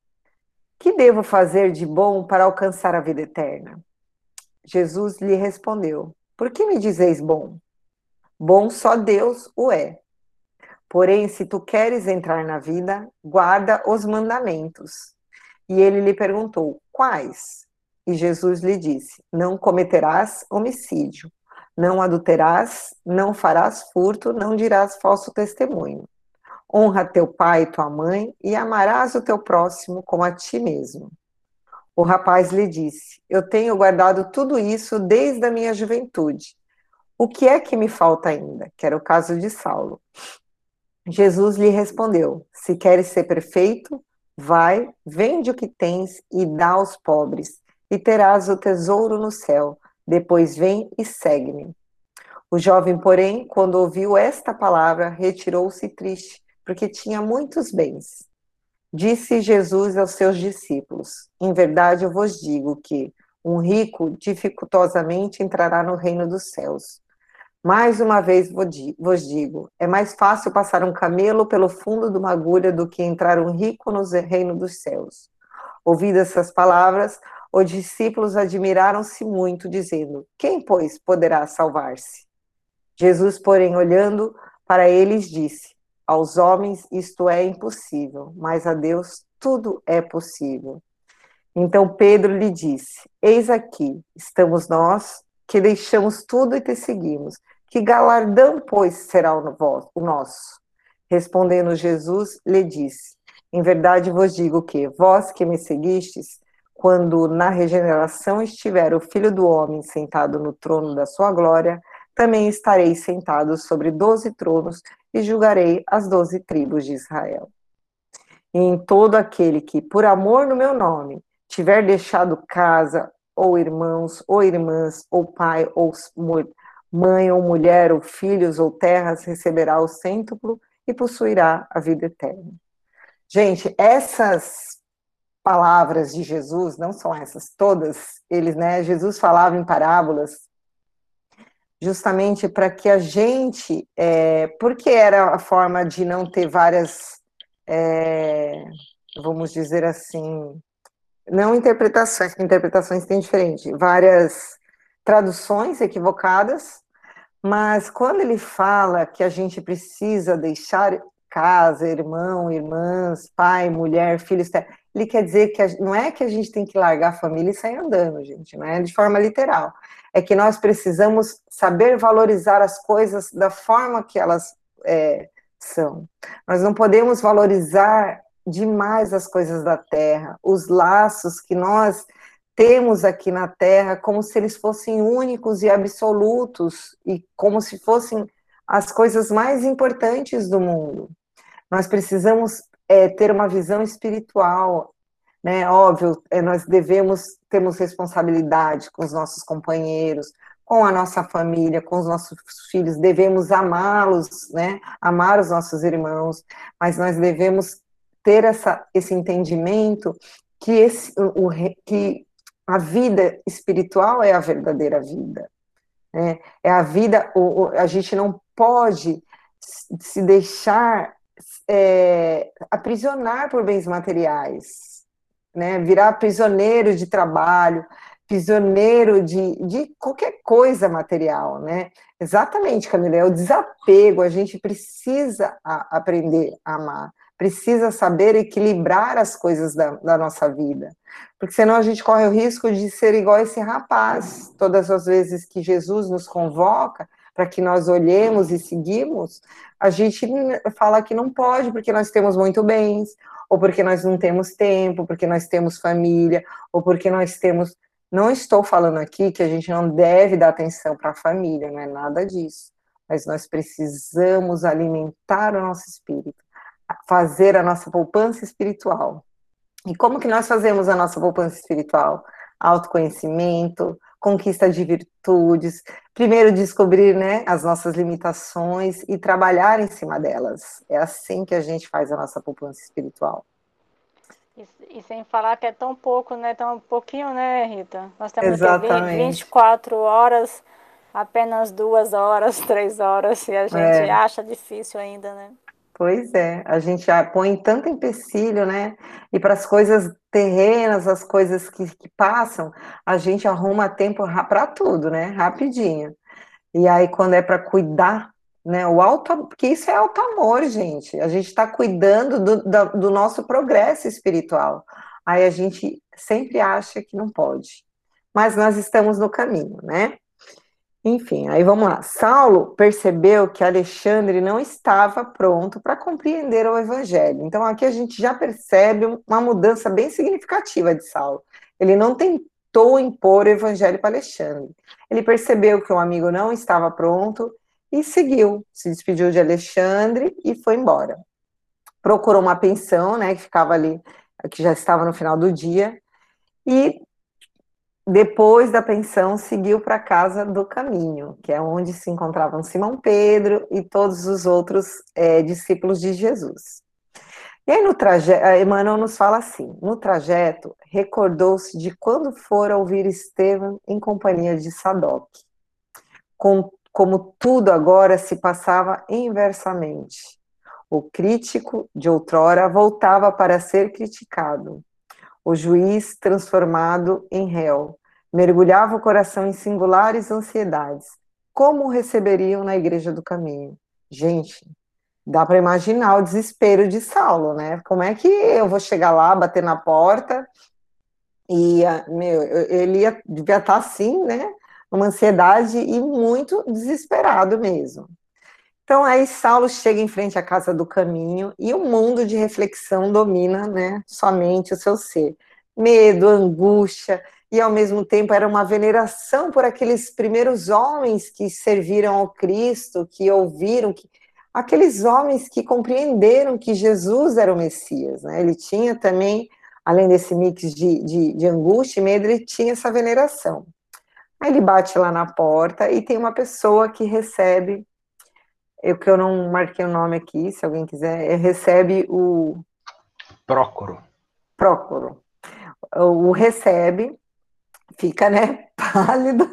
[SPEAKER 1] que devo fazer de bom para alcançar a vida eterna? Jesus lhe respondeu: por que me dizeis bom? Bom só Deus o é. Porém, se tu queres entrar na vida, guarda os mandamentos. E ele lhe perguntou: quais? E Jesus lhe disse: não cometerás homicídio, não adulterás, não farás furto, não dirás falso testemunho. Honra teu pai e tua mãe e amarás o teu próximo como a ti mesmo. O rapaz lhe disse: eu tenho guardado tudo isso desde a minha juventude. O que é que me falta ainda? Que era o caso de Saulo. Jesus lhe respondeu: se queres ser perfeito, vai, vende o que tens e dá aos pobres, e terás o tesouro no céu. Depois vem e segue-me. O jovem, porém, quando ouviu esta palavra, retirou-se triste, porque tinha muitos bens. Disse Jesus aos seus discípulos: em verdade eu vos digo que um rico dificultosamente entrará no reino dos céus. Mais uma vez vos digo, é mais fácil passar um camelo pelo fundo de uma agulha do que entrar um rico no reino dos céus. Ouvidas essas palavras, os discípulos admiraram-se muito, dizendo: quem, pois, poderá salvar-se? Jesus, porém, olhando para eles, disse: aos homens isto é impossível, mas a Deus tudo é possível. Então Pedro lhe disse: eis aqui, estamos nós, que deixamos tudo e te seguimos. Que galardão, pois, será o nosso? Respondendo Jesus, lhe disse: em verdade vos digo que, vós que me seguistes, quando na regeneração estiver o Filho do Homem sentado no trono da sua glória, também estarei sentado sobre doze tronos e julgarei as doze tribos de Israel. E em todo aquele que, por amor no meu nome, tiver deixado casa, ou irmãos, ou irmãs, ou pai, ou mãe, ou mulher, ou filhos, ou terras, receberá o cêntuplo e possuirá a vida eterna. Gente, essas palavras de Jesus, não são essas, todas, eles, né, Jesus falava em parábolas, justamente para que a gente, é, porque era a forma de não ter várias, é, vamos dizer assim, não interpretações, interpretações têm diferente, várias traduções equivocadas, mas quando ele fala que a gente precisa deixar casa, irmão, irmãs, pai, mulher, filhos, ele quer dizer que a, não é que a gente tem que largar a família e sair andando, gente, não é de forma literal, é que nós precisamos saber valorizar as coisas da forma que elas é, são. Nós não podemos valorizar demais as coisas da terra, os laços que nós temos aqui na terra, como se eles fossem únicos e absolutos, e como se fossem as coisas mais importantes do mundo. Nós precisamos é, ter uma visão espiritual, né? Óbvio, é, nós devemos, temos responsabilidade com os nossos companheiros, com a nossa família, com os nossos filhos, devemos amá-los, né? Amar os nossos irmãos, mas nós devemos ter essa, esse entendimento que, esse, o, que a vida espiritual é a verdadeira vida, né? É a vida, o, a gente não pode se deixar é, aprisionar por bens materiais, né? Virar prisioneiro de trabalho, prisioneiro de, de qualquer coisa material, né? Exatamente, Camila, é o desapego, a gente precisa a, aprender a amar, precisa saber equilibrar as coisas da, da nossa vida, porque senão a gente corre o risco de ser igual esse rapaz. Todas as vezes que Jesus nos convoca para que nós olhemos e seguimos, a gente fala que não pode, porque nós temos muito bens, ou porque nós não temos tempo, porque nós temos família, ou porque nós temos... Não estou falando aqui que a gente não deve dar atenção para a família, não é nada disso, mas nós precisamos alimentar o nosso espírito, fazer a nossa poupança espiritual. E como que nós fazemos a nossa poupança espiritual? Autoconhecimento, conquista de virtudes, primeiro descobrir, né, as nossas limitações e trabalhar em cima delas. É assim que a gente faz a nossa poupança espiritual.
[SPEAKER 4] E, e sem falar que é tão pouco, né, tão pouquinho, né, Rita? Nós temos
[SPEAKER 1] Exatamente.
[SPEAKER 4] vinte e quatro horas, apenas duas horas, três horas, e a gente
[SPEAKER 1] É.
[SPEAKER 4] acha difícil ainda, né?
[SPEAKER 1] Pois é, a gente já põe tanto empecilho, né? E para as coisas terrenas, as coisas que, que passam, a gente arruma tempo para tudo, né? Rapidinho. E aí, quando é para cuidar, né? O auto, porque isso é auto amor, gente. A gente está cuidando do, do, do nosso progresso espiritual. Aí a gente sempre acha que não pode. Mas nós estamos no caminho, né? Enfim, aí vamos lá. Saulo percebeu que Alexandre não estava pronto para compreender o evangelho. Então aqui a gente já percebe uma mudança bem significativa de Saulo. Ele não tentou impor o evangelho para Alexandre. Ele percebeu que o amigo não estava pronto e seguiu, se despediu de Alexandre e foi embora. Procurou uma pensão, né, que ficava ali, que já estava no final do dia, e depois da pensão, seguiu para a casa do caminho, que é onde se encontravam Simão Pedro e todos os outros é, discípulos de Jesus. E aí no trajeto, Emmanuel nos fala assim, no trajeto, recordou-se de quando fora ouvir Estevão em companhia de Sadoc, com, como tudo agora se passava inversamente. O crítico de outrora voltava para ser criticado. O juiz transformado em réu, mergulhava o coração em singulares ansiedades. Como o receberiam na Igreja do Caminho? Gente, dá para imaginar o desespero de Saulo, né? Como é que eu vou chegar lá, bater na porta e, meu, ele ia, devia estar assim, né? Uma ansiedade e muito desesperado mesmo. Então, aí Saulo chega em frente à casa do caminho e um mundo de reflexão domina, né, somente o seu ser. Medo, angústia, e ao mesmo tempo era uma veneração por aqueles primeiros homens que serviram ao Cristo, que ouviram, que, aqueles homens que compreenderam que Jesus era o Messias, né? Ele tinha também, além desse mix de, de, de angústia e medo, ele tinha essa veneração. Aí ele bate lá na porta e tem uma pessoa que recebe... Eu que eu não marquei o nome aqui, se alguém quiser, recebe o...
[SPEAKER 2] Prócoro.
[SPEAKER 1] Prócoro. O recebe, fica, né, pálido,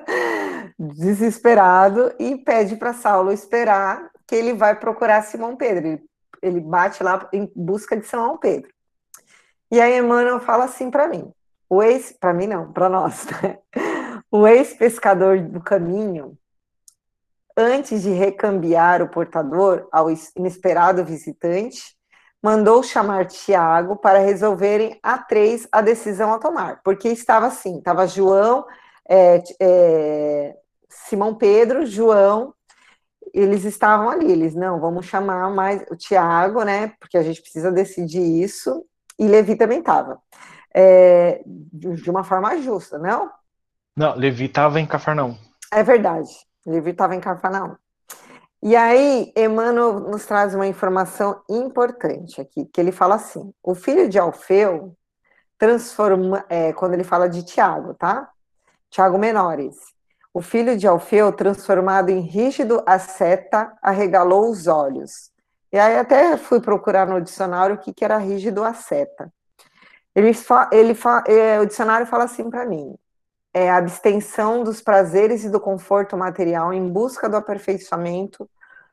[SPEAKER 1] desesperado, e pede para Saulo esperar que ele vai procurar Simão Pedro. Ele, ele bate lá em busca de Simão Pedro. E aí Emmanuel fala assim para mim, o ex... Para mim não, para nós, né? O ex-pescador do caminho, antes de recambiar o portador ao inesperado visitante, mandou chamar Tiago para resolverem a três a decisão a tomar, porque estava assim, estava João, é, é, Simão Pedro, João, eles estavam ali, eles, não, vamos chamar mais o Tiago, né, porque a gente precisa decidir isso, e Levi também estava, é, de uma forma justa, não?
[SPEAKER 2] Não, Levi estava em Cafarnaum.
[SPEAKER 1] É verdade. Levi estava em Cafarnaum. E aí, Emmanuel nos traz uma informação importante aqui, que ele fala assim, o filho de Alfeu transforma, é, quando ele fala de Tiago, tá? Tiago Menores. O filho de Alfeu, transformado em rígido asceta, arregalou os olhos. E aí até fui procurar no dicionário o que, que era rígido asceta. Ele fa, ele fa, é, o dicionário fala assim para mim, é a abstenção dos prazeres e do conforto material em busca do aperfeiçoamento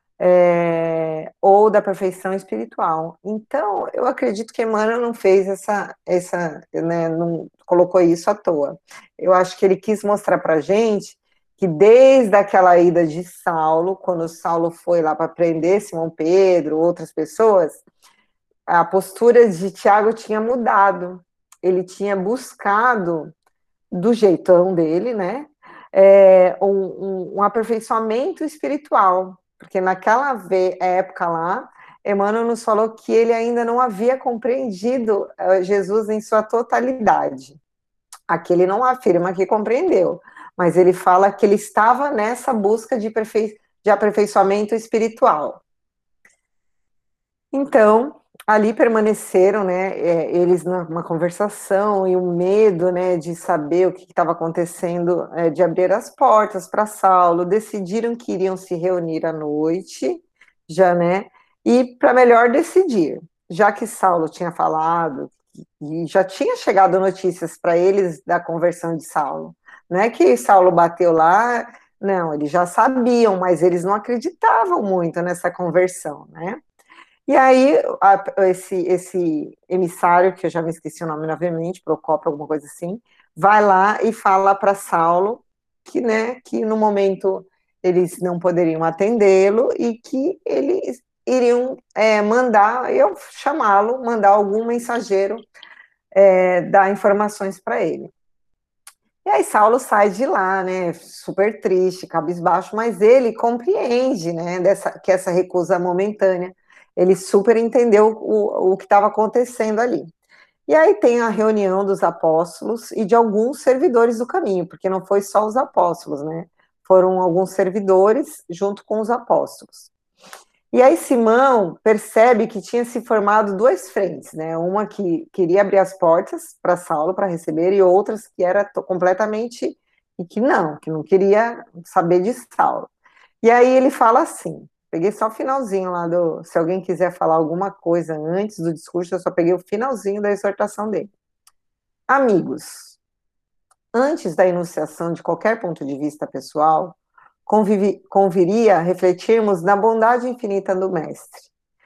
[SPEAKER 1] é, ou da perfeição espiritual. Então, eu acredito que Emmanuel não fez essa, essa né, não colocou isso à toa. Eu acho que ele quis mostrar para a gente que desde aquela ida de Saulo, quando Saulo foi lá para prender Simão Pedro, outras pessoas, a postura de Tiago tinha mudado. Ele tinha buscado do jeitão dele, né? é, um, um, um aperfeiçoamento espiritual, porque naquela época lá, Emmanuel nos falou que ele ainda não havia compreendido uh, Jesus em sua totalidade. Aqui ele não afirma que compreendeu, mas ele fala que ele estava nessa busca de, de aperfeiçoamento espiritual. Então, ali permaneceram, né, eles numa conversação, e o medo, né, de saber o que estava acontecendo, é, de abrir as portas para Saulo, decidiram que iriam se reunir à noite, já, né, e para melhor decidir, já que Saulo tinha falado, e já tinha chegado notícias para eles da conversão de Saulo, não é que Saulo bateu lá, não, eles já sabiam, mas eles não acreditavam muito nessa conversão, né. E aí, a, esse, esse emissário, que eu já me esqueci o nome novamente, Procópio, alguma coisa assim, vai lá e fala para Saulo que, né, que no momento eles não poderiam atendê-lo e que eles iriam é, mandar, eu chamá-lo, mandar algum mensageiro é, dar informações para ele. E aí Saulo sai de lá, né, super triste, cabisbaixo, mas ele compreende, né, dessa, que essa recusa momentânea, ele super entendeu o, o que estava acontecendo ali. E aí tem a reunião dos apóstolos e de alguns servidores do caminho, porque não foi só os apóstolos, né, foram alguns servidores junto com os apóstolos. E aí Simão percebe que tinha se formado duas frentes, né? Uma que queria abrir as portas para Saulo para receber e outras que era completamente e que não, que não queria saber de Saulo. E aí ele fala assim, peguei só o finalzinho lá do, se alguém quiser falar alguma coisa antes do discurso, eu só peguei o finalzinho da exortação dele. Amigos, antes da enunciação de qualquer ponto de vista pessoal, Convivi, conviria refletirmos na bondade infinita do Mestre.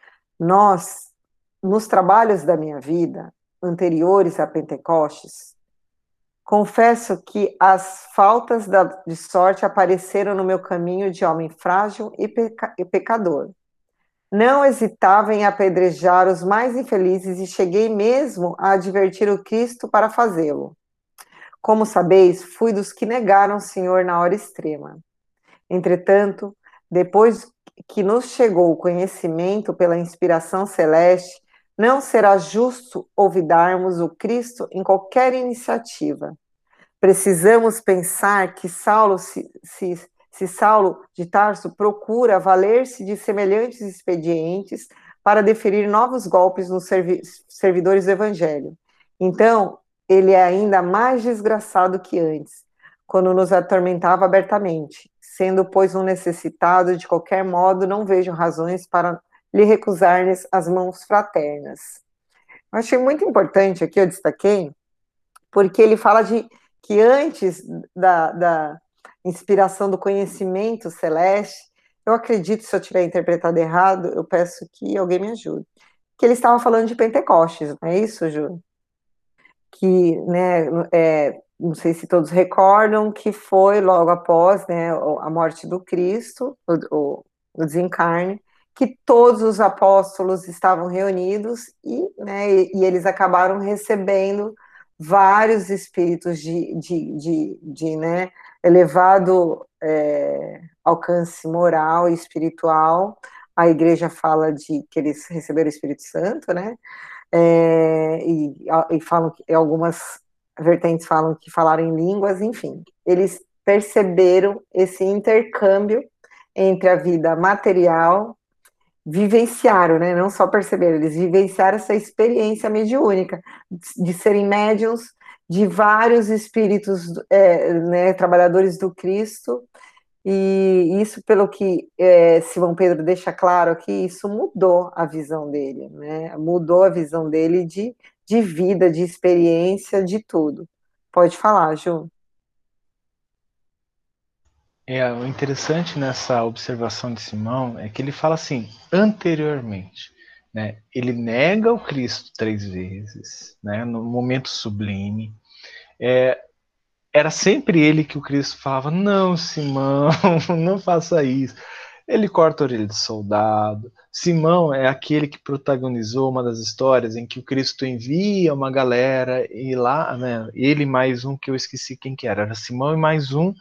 [SPEAKER 1] Nós, nos trabalhos da minha vida, anteriores a Pentecostes, confesso que as faltas da, de sorte apareceram no meu caminho de homem frágil e, peca, e pecador. Não hesitava em apedrejar os mais infelizes e cheguei mesmo a advertir o Cristo para fazê-lo. Como sabeis, fui dos que negaram o Senhor na hora extrema. Entretanto, depois que nos chegou o conhecimento pela inspiração celeste, não será justo olvidarmos o Cristo em qualquer iniciativa. Precisamos pensar que Saulo, se, se, se Saulo de Tarso procura valer-se de semelhantes expedientes para deferir novos golpes nos servi servidores do Evangelho. Então, ele é ainda mais desgraçado que antes, quando nos atormentava abertamente. Sendo, pois, um necessitado, de qualquer modo, não vejo razões para lhe recusar-lhes as mãos fraternas. Eu achei muito importante aqui, eu destaquei, porque ele fala de que antes da, da inspiração do conhecimento celeste, eu acredito, se eu tiver interpretado errado, eu peço que alguém me ajude, que ele estava falando de Pentecostes, não é isso, Ju? Que, né, é, não sei se todos recordam, que foi logo após, né, a morte do Cristo, o, o, o desencarne, que todos os apóstolos estavam reunidos e, né, e, e eles acabaram recebendo vários espíritos de, de, de, de né, elevado é, alcance moral e espiritual. A igreja fala de que eles receberam o Espírito Santo, né, é, e, e falam que algumas vertentes falam que falaram em línguas, enfim, eles perceberam esse intercâmbio entre a vida material, vivenciaram, né, não só perceberam, eles vivenciaram essa experiência mediúnica, de serem médiuns de vários espíritos, é, né, trabalhadores do Cristo, e isso, pelo que é, Simão Pedro deixa claro aqui, isso mudou a visão dele, né? Mudou a visão dele de, de vida, de experiência, de tudo. Pode falar, Ju.
[SPEAKER 2] É, o interessante nessa observação de Simão é que ele fala assim, anteriormente, né? Ele nega o Cristo três vezes, né? No momento sublime. É, era sempre ele que o Cristo falava, não, Simão, não faça isso. Ele corta a orelha de soldado. Simão é aquele que protagonizou uma das histórias em que o Cristo envia uma galera e lá, né, ele mais um, que eu esqueci quem que era, era Simão e mais um,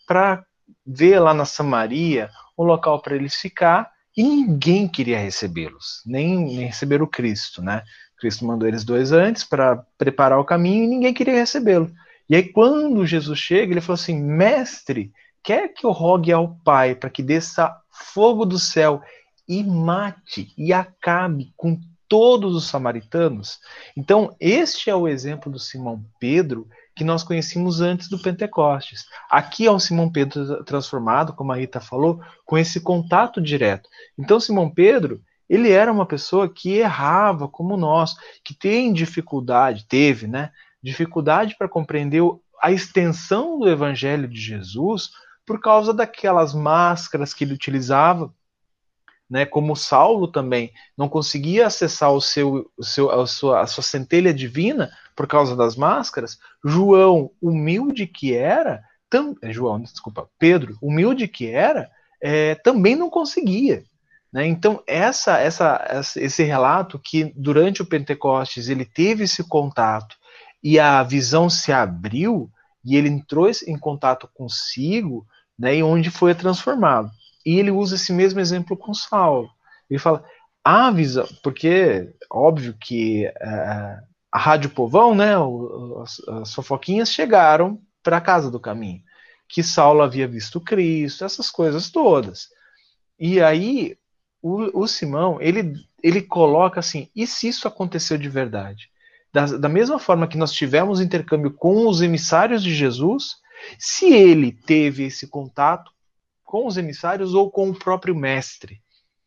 [SPEAKER 2] para ver lá na Samaria um local para eles ficar, e ninguém queria recebê-los, nem, nem receber o Cristo, né? Cristo mandou eles dois antes para preparar o caminho e ninguém queria recebê-lo. E aí quando Jesus chega, ele falou assim: mestre, quer que eu rogue ao Pai para que desça fogo do céu e mate e acabe com todos os samaritanos? Então este é o exemplo do Simão Pedro que nós conhecíamos antes do Pentecostes. Aqui é um Simão Pedro transformado, como a Rita falou, com esse contato direto. Então Simão Pedro, ele era uma pessoa que errava como nós, que tem dificuldade, teve, né, dificuldade para compreender a extensão do Evangelho de Jesus por causa daquelas máscaras que ele utilizava, né, como Saulo também não conseguia acessar o seu, o seu, a, sua, a sua centelha divina por causa das máscaras. João, humilde que era, tam, João, desculpa, Pedro, humilde que era, é, também não conseguia. Né? Então, essa, essa, esse relato que durante o Pentecostes ele teve esse contato e a visão se abriu e ele entrou em contato consigo, né, e onde foi transformado. E ele usa esse mesmo exemplo com Saulo. Ele fala, a visão, porque óbvio que uh, a Rádio Povão, né, o, as, as fofoquinhas chegaram para a casa do caminho, que Saulo havia visto Cristo, essas coisas todas. E aí o, o Simão, ele, ele coloca assim, e se isso aconteceu de verdade? Da, da mesma forma que nós tivemos intercâmbio com os emissários de Jesus, se ele teve esse contato com os emissários ou com o próprio mestre,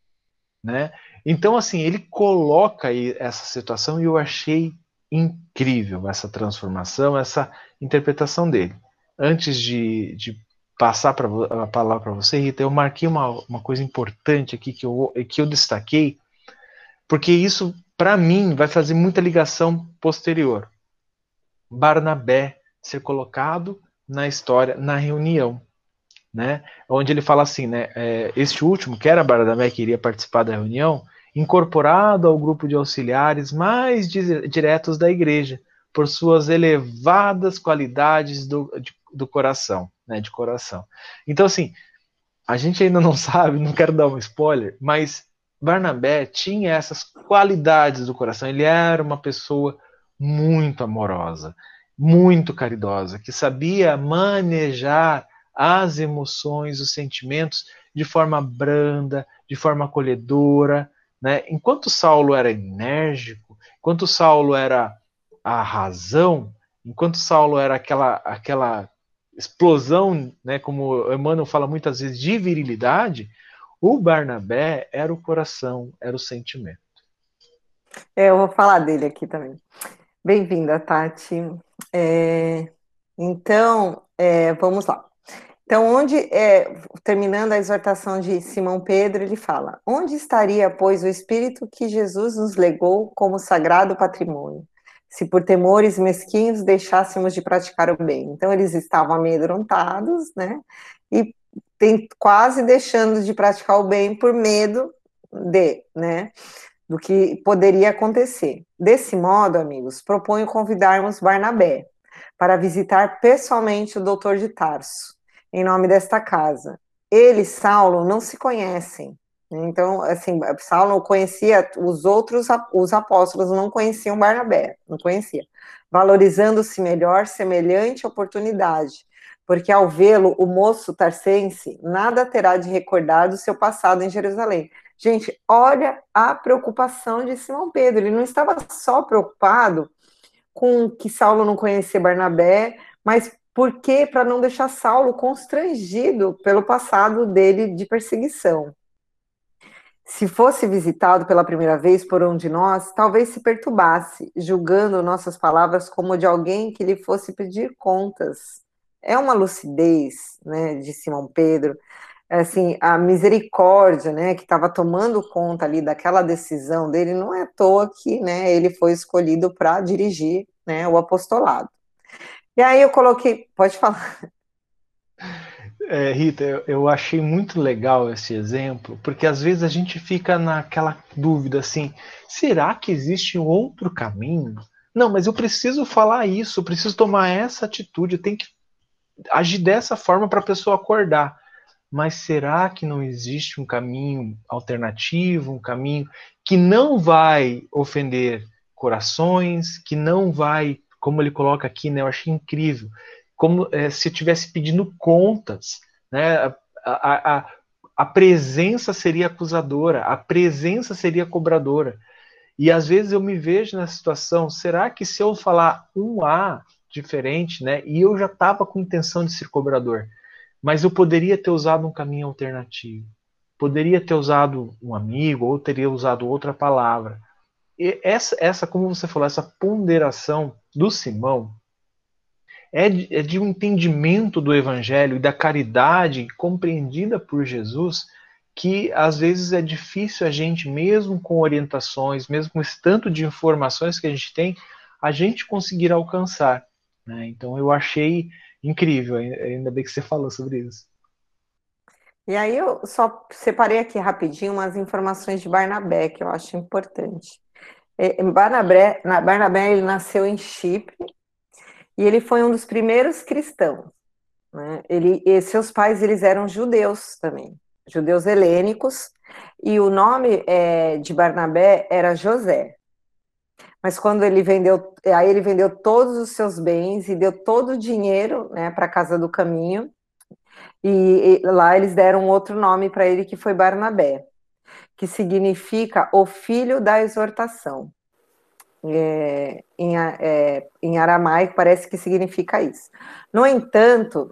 [SPEAKER 2] né? Então, assim, ele coloca aí essa situação e eu achei incrível essa transformação, essa interpretação dele. Antes de, de passar pra, a palavra para você, Rita, eu marquei uma, uma coisa importante aqui que eu, que eu destaquei, porque isso, para mim, vai fazer muita ligação posterior. Barnabé ser colocado na história, na reunião. Né, onde ele fala assim, né, é, este último, que era Barnabé, que iria participar da reunião, incorporado ao grupo de auxiliares mais di diretos da igreja, por suas elevadas qualidades do, de, do coração, né, de coração. Então, assim, a gente ainda não sabe, não quero dar um spoiler, mas Barnabé tinha essas qualidades do coração, ele era uma pessoa muito amorosa, muito caridosa, que sabia manejar as emoções, os sentimentos de forma branda, de forma acolhedora, né? Enquanto Saulo era enérgico, enquanto Saulo era a razão, enquanto Saulo era aquela, aquela explosão, né, como Emmanuel fala muitas vezes, de virilidade, o Barnabé era o coração, era o sentimento.
[SPEAKER 1] É, eu vou falar dele aqui também. Bem-vinda, Tati. É, então, é, vamos lá. Então, onde, é, terminando a exortação de Simão Pedro, ele fala, onde estaria, pois, o Espírito que Jesus nos legou como sagrado patrimônio, se por temores mesquinhos deixássemos de praticar o bem? Então, eles estavam amedrontados, né, e tem, quase deixando de praticar o bem por medo de, né, do que poderia acontecer. Desse modo, amigos, proponho convidarmos Barnabé para visitar pessoalmente o doutor de Tarso, em nome desta casa. Ele e Saulo não se conhecem. Então, assim, Saulo conhecia os outros, os apóstolos não conheciam Barnabé, não conhecia. Valorizando-se melhor semelhante oportunidade, porque ao vê-lo, o moço tarsense nada terá de recordar do seu passado em Jerusalém. Gente, olha a preocupação de Simão Pedro, ele não estava só preocupado com que Saulo não conhecia Barnabé, mas porque para não deixar Saulo constrangido pelo passado dele de perseguição. Se fosse visitado pela primeira vez por um de nós, talvez se perturbasse, julgando nossas palavras como de alguém que lhe fosse pedir contas. É uma lucidez, né, de Simão Pedro, assim, a misericórdia, né, que estava tomando conta ali daquela decisão dele, não é à toa que, né, ele foi escolhido para dirigir, né, o apostolado. E aí eu coloquei, pode falar.
[SPEAKER 2] É, Rita, eu, eu achei muito legal esse exemplo, porque às vezes a gente fica naquela dúvida assim, será que existe um outro caminho? Não, mas eu preciso falar isso, eu preciso tomar essa atitude, eu tenho que agir dessa forma para a pessoa acordar. Mas será que não existe um caminho alternativo, um caminho que não vai ofender corações, que não vai, como ele coloca aqui, né, eu achei incrível, como é, se eu estivesse pedindo contas, né, a, a, a, a presença seria acusadora, a presença seria cobradora. E às vezes eu me vejo nessa situação, será que se eu falar um A diferente, né, e eu já estava com intenção de ser cobrador, mas eu poderia ter usado um caminho alternativo, poderia ter usado um amigo, ou teria usado outra palavra. E essa, essa, como você falou, essa ponderação do Simão é de, é de um entendimento do Evangelho e da caridade compreendida por Jesus, que às vezes é difícil a gente, mesmo com orientações, mesmo com esse tanto de informações que a gente tem, a gente conseguir alcançar, né? Então eu achei incrível, ainda bem que você falou sobre isso.
[SPEAKER 1] E aí eu só separei aqui rapidinho umas informações de Barnabé, que eu acho importante. É, Barnabé, Barnabé ele nasceu em Chipre e ele foi um dos primeiros cristãos, né? Ele, e seus pais eles eram judeus também, judeus helênicos, e o nome é, de Barnabé era José. Mas quando ele vendeu, aí ele vendeu todos os seus bens e deu todo o dinheiro, né, para a Casa do Caminho, e, e lá eles deram outro nome para ele que foi Barnabé, que significa o filho da exortação. É, em, é, em aramaico parece que significa isso. No entanto,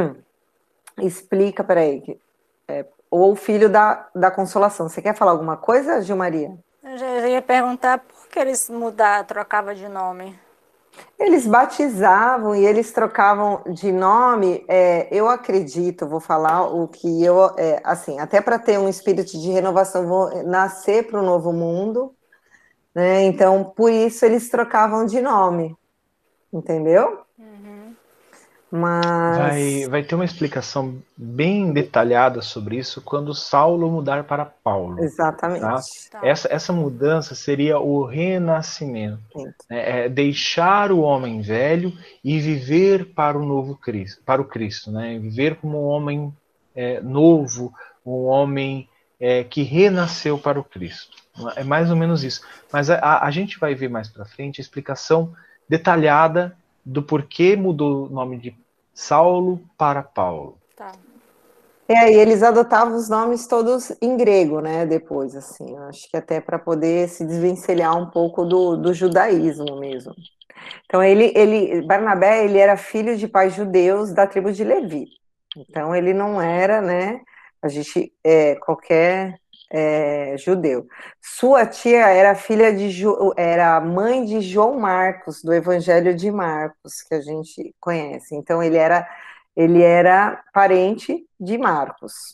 [SPEAKER 1] explica, peraí, é, ou filho da, da consolação. Você quer falar alguma coisa, Gilmaria?
[SPEAKER 4] Eu já ia perguntar por que eles mudaram, trocavam de nome.
[SPEAKER 1] Eles batizavam e eles trocavam de nome, é, eu acredito, vou falar o que eu, é, assim, até para ter um espírito de renovação, vou nascer para o novo mundo, né? Então, por isso eles trocavam de nome, entendeu?
[SPEAKER 4] Uhum.
[SPEAKER 1] Mas...
[SPEAKER 2] Vai, vai ter uma explicação bem detalhada sobre isso quando Saulo mudar para Paulo.
[SPEAKER 1] Exatamente.
[SPEAKER 2] Tá?
[SPEAKER 4] Tá.
[SPEAKER 2] Essa, essa mudança seria o renascimento. Né? É deixar o homem velho e viver para o novo Cristo, para o Cristo, né? Viver como um homem é, novo, um homem é, que renasceu para o Cristo. É mais ou menos isso. Mas a, a, a gente vai ver mais para frente a explicação detalhada do porquê mudou o nome de Saulo para Paulo.
[SPEAKER 4] Tá.
[SPEAKER 1] É, e eles adotavam os nomes todos em grego, né, depois, assim, acho que até para poder se desvencilhar um pouco do, do judaísmo mesmo. Então, ele, ele, Barnabé, ele era filho de pais judeus da tribo de Levi. Então, ele não era, né, a gente, é, qualquer é, judeu. Sua tia era filha de, era mãe de João Marcos, do Evangelho de Marcos, que a gente conhece. Então, ele era, ele era parente de Marcos.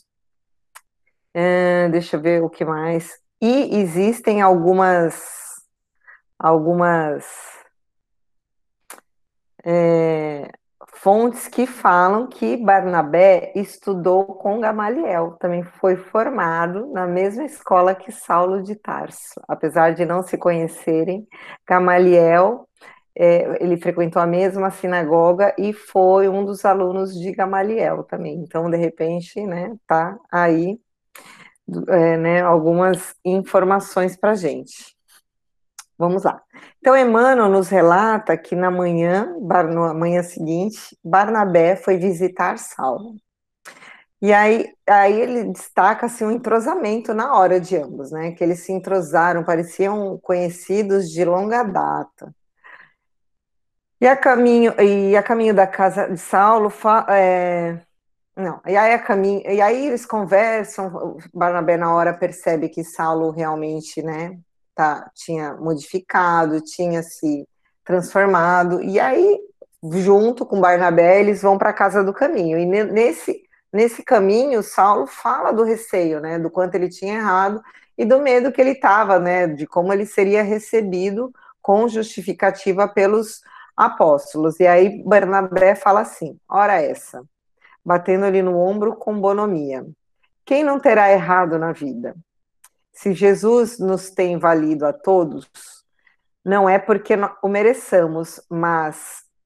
[SPEAKER 1] É, deixa eu ver o que mais. E existem algumas, algumas é, fontes que falam que Barnabé estudou com Gamaliel, também foi formado na mesma escola que Saulo de Tarso. Apesar de não se conhecerem, Gamaliel, é, ele frequentou a mesma sinagoga e foi um dos alunos de Gamaliel também. Então, de repente, né, tá aí é, né, algumas informações para a gente. Vamos lá. Então, Emmanuel nos relata que na manhã, na manhã seguinte, Barnabé foi visitar Saulo. E aí, aí ele destaca assim, um entrosamento na hora de ambos, né? Que eles se entrosaram, pareciam conhecidos de longa data. E a caminho, e a caminho da casa de Saulo, é, não, e aí, a caminho, e aí eles conversam, Barnabé na hora percebe que Saulo realmente, né, tá, tinha modificado, tinha se transformado, e aí, junto com Barnabé, eles vão para a casa do caminho, e nesse, nesse caminho, Saulo fala do receio, né, do quanto ele tinha errado, e do medo que ele estava, né, de como ele seria recebido com justificativa pelos apóstolos, e aí Barnabé fala assim, ora essa, batendo ali no ombro com bonomia. Quem não terá errado na vida? Se Jesus nos tem valido a todos, não é porque o mereçamos, mas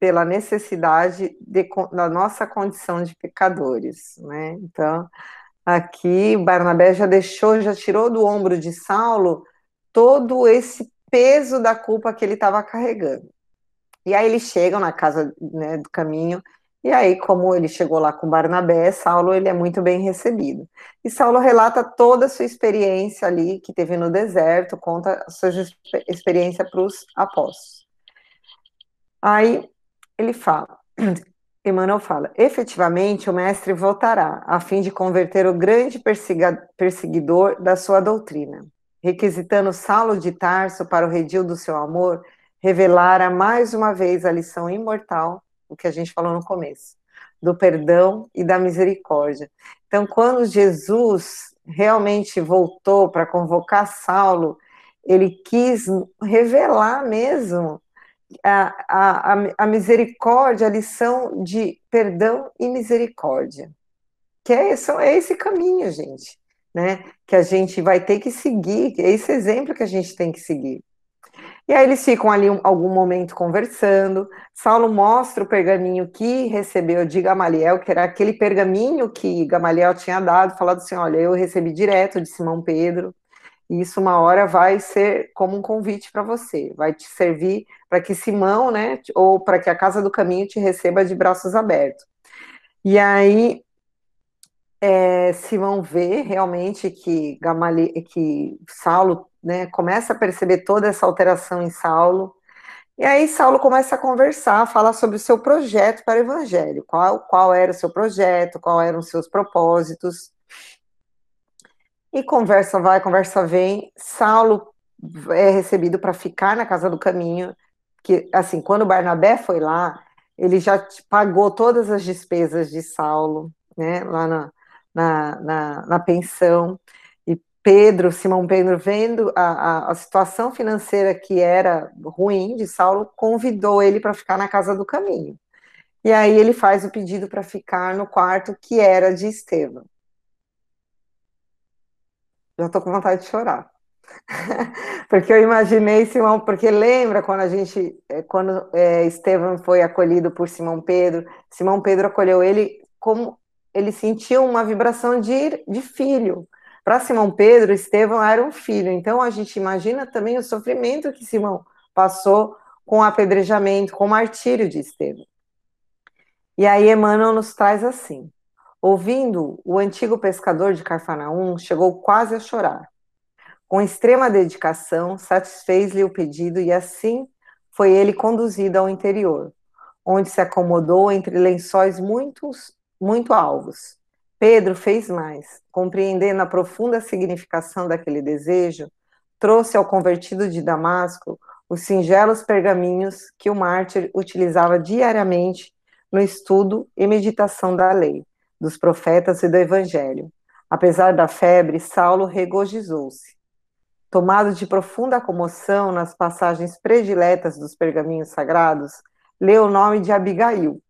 [SPEAKER 1] pela necessidade de, da nossa condição de pecadores, né? Então, aqui Barnabé já deixou, já tirou do ombro de Saulo todo esse peso da culpa que ele estava carregando. E aí eles chegam na casa, né, do caminho, e aí, como ele chegou lá com Barnabé, Saulo, ele é muito bem recebido. E Saulo relata toda a sua experiência ali, que teve no deserto, conta a sua experiência para os apóstolos. Aí ele fala, Emmanuel fala, efetivamente o mestre voltará, a fim de converter o grande perseguidor da sua doutrina. Requisitando Saulo de Tarso para o redil do seu amor, revelara mais uma vez a lição imortal, o que a gente falou no começo, do perdão e da misericórdia. Então, quando Jesus realmente voltou para convocar Saulo, ele quis revelar mesmo a, a, a misericórdia, a lição de perdão e misericórdia. Que é, é esse caminho, gente, né? Que a gente vai ter que seguir, é esse exemplo que a gente tem que seguir. E aí eles ficam ali um, algum momento conversando, Saulo mostra o pergaminho que recebeu de Gamaliel, que era aquele pergaminho que Gamaliel tinha dado, falando assim, olha, eu recebi direto de Simão Pedro, e isso uma hora vai ser como um convite para você, vai te servir para que Simão, né, ou para que a Casa do Caminho te receba de braços abertos. E aí é, Simão vê realmente que, Gamali, que Saulo, né, começa a perceber toda essa alteração em Saulo, e aí Saulo começa a conversar, falar sobre o seu projeto para o Evangelho, qual, qual era o seu projeto, quais eram os seus propósitos, e conversa vai, conversa vem, Saulo é recebido para ficar na Casa do Caminho, que, assim, quando Barnabé foi lá, ele já pagou todas as despesas de Saulo, né, lá na, na, na, na pensão, e Pedro, Simão Pedro, vendo a, a, a situação financeira que era ruim de Saulo, convidou ele para ficar na Casa do Caminho. E aí ele faz o pedido para ficar no quarto que era de Estevão. Já estou com vontade de chorar. Porque eu imaginei Simão, porque lembra quando a gente, quando é, Estevão foi acolhido por Simão Pedro, Simão Pedro acolheu ele como ele sentiu uma vibração de, de filho. Para Simão Pedro, Estevão era um filho. Então a gente imagina também o sofrimento que Simão passou com o apedrejamento, com o martírio de Estevão. E aí Emmanuel nos traz assim: ouvindo, o antigo pescador de Cafarnaum chegou quase a chorar. Com extrema dedicação, satisfez-lhe o pedido e assim foi ele conduzido ao interior, onde se acomodou entre lençóis muitos, muito alvos. Pedro fez mais, compreendendo a profunda significação daquele desejo, trouxe ao convertido de Damasco os singelos pergaminhos que o mártir utilizava diariamente no estudo e meditação da lei, dos profetas e do evangelho. Apesar da febre, Saulo regozijou-se. Tomado de profunda comoção nas passagens prediletas dos pergaminhos sagrados, leu o nome de Abigail.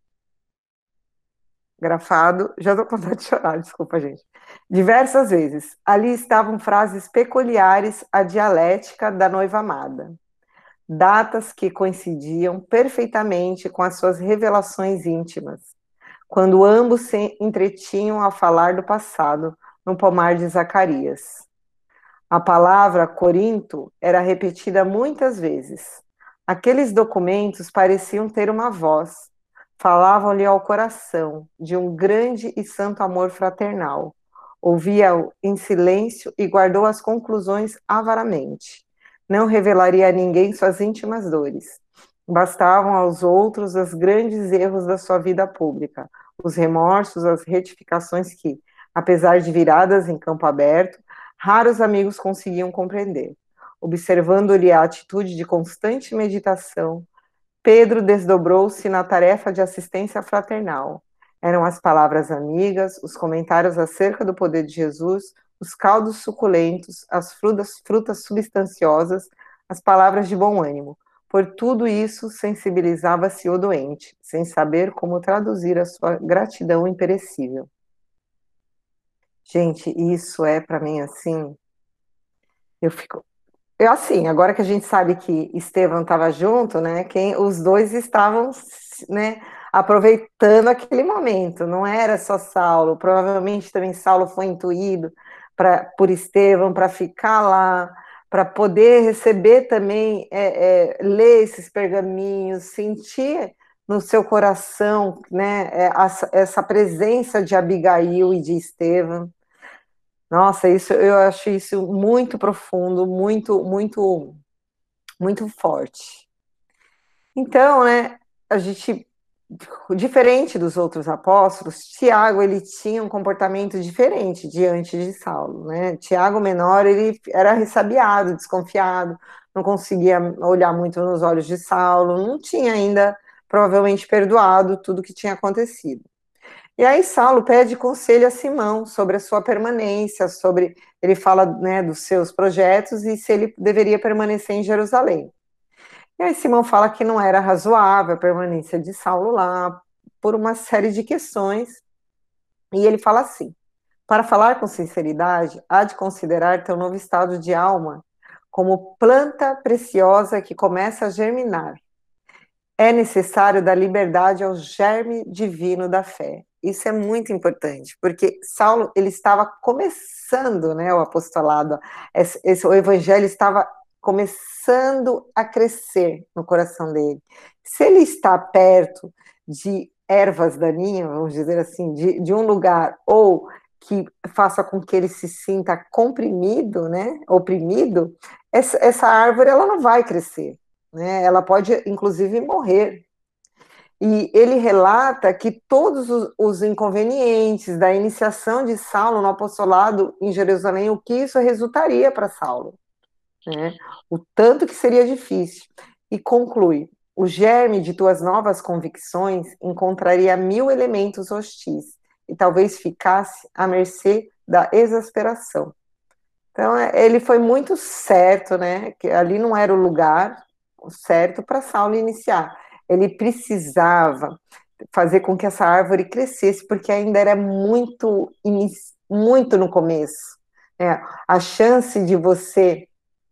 [SPEAKER 1] Grafado, já estou com vontade de chorar, desculpa, gente. Diversas vezes. Ali estavam frases peculiares à dialética da noiva amada. Datas que coincidiam perfeitamente com as suas revelações íntimas, quando ambos se entretinham a falar do passado no pomar de Zacarias. A palavra Corinto era repetida muitas vezes. Aqueles documentos pareciam ter uma voz, falavam-lhe ao coração de um grande e santo amor fraternal. Ouvia-o em silêncio e guardou as conclusões avaramente. Não revelaria a ninguém suas íntimas dores. Bastavam aos outros os grandes erros da sua vida pública, os remorsos, as retificações que, apesar de viradas em campo aberto, raros amigos conseguiam compreender. Observando-lhe a atitude de constante meditação, Pedro desdobrou-se na tarefa de assistência fraternal. Eram as palavras amigas, os comentários acerca do poder de Jesus, os caldos suculentos, as frutas, frutas substanciosas, as palavras de bom ânimo. Por tudo isso, sensibilizava-se o doente, sem saber como traduzir a sua gratidão imperecível. Gente, isso é para mim assim, eu fico, eu assim, agora que a gente sabe que Estevão estava junto, né, quem, os dois estavam né, aproveitando aquele momento. Não era só Saulo, provavelmente também Saulo foi intuído pra, por Estevão para ficar lá, para poder receber também, é, é, ler esses pergaminhos, sentir no seu coração, né, essa, essa presença de Abigail e de Estevão. Nossa, isso, eu acho isso muito profundo, muito, muito, muito forte. Então, né, a gente, diferente dos outros apóstolos, Tiago, ele tinha um comportamento diferente diante de Saulo, né? Tiago menor, ele era ressabiado, desconfiado, não conseguia olhar muito nos olhos de Saulo, não tinha ainda, provavelmente, perdoado tudo que tinha acontecido. E aí Saulo pede conselho a Simão sobre a sua permanência, sobre, ele fala, né, dos seus projetos e se ele deveria permanecer em Jerusalém. E aí Simão fala que não era razoável a permanência de Saulo lá, por uma série de questões, e ele fala assim: para falar com sinceridade, há de considerar teu novo estado de alma como planta preciosa que começa a germinar. É necessário dar liberdade ao germe divino da fé. Isso é muito importante, porque Saulo, ele estava começando, né, o apostolado, esse, esse, o evangelho estava começando a crescer no coração dele. Se ele está perto de ervas daninhas, vamos dizer assim, de, de um lugar, ou que faça com que ele se sinta comprimido, né, oprimido, essa, essa árvore, ela não vai crescer, né, ela pode, inclusive, morrer. E ele relata que todos os, os inconvenientes da iniciação de Saulo no apostolado em Jerusalém, o que isso resultaria para Saulo, né? O tanto que seria difícil. E conclui: o germe de tuas novas convicções encontraria mil elementos hostis e talvez ficasse à mercê da exasperação. Então, ele foi muito certo, né? Que ali não era o lugar certo para Saulo iniciar. Ele precisava fazer com que essa árvore crescesse, porque ainda era muito, muito no começo. É, a chance de você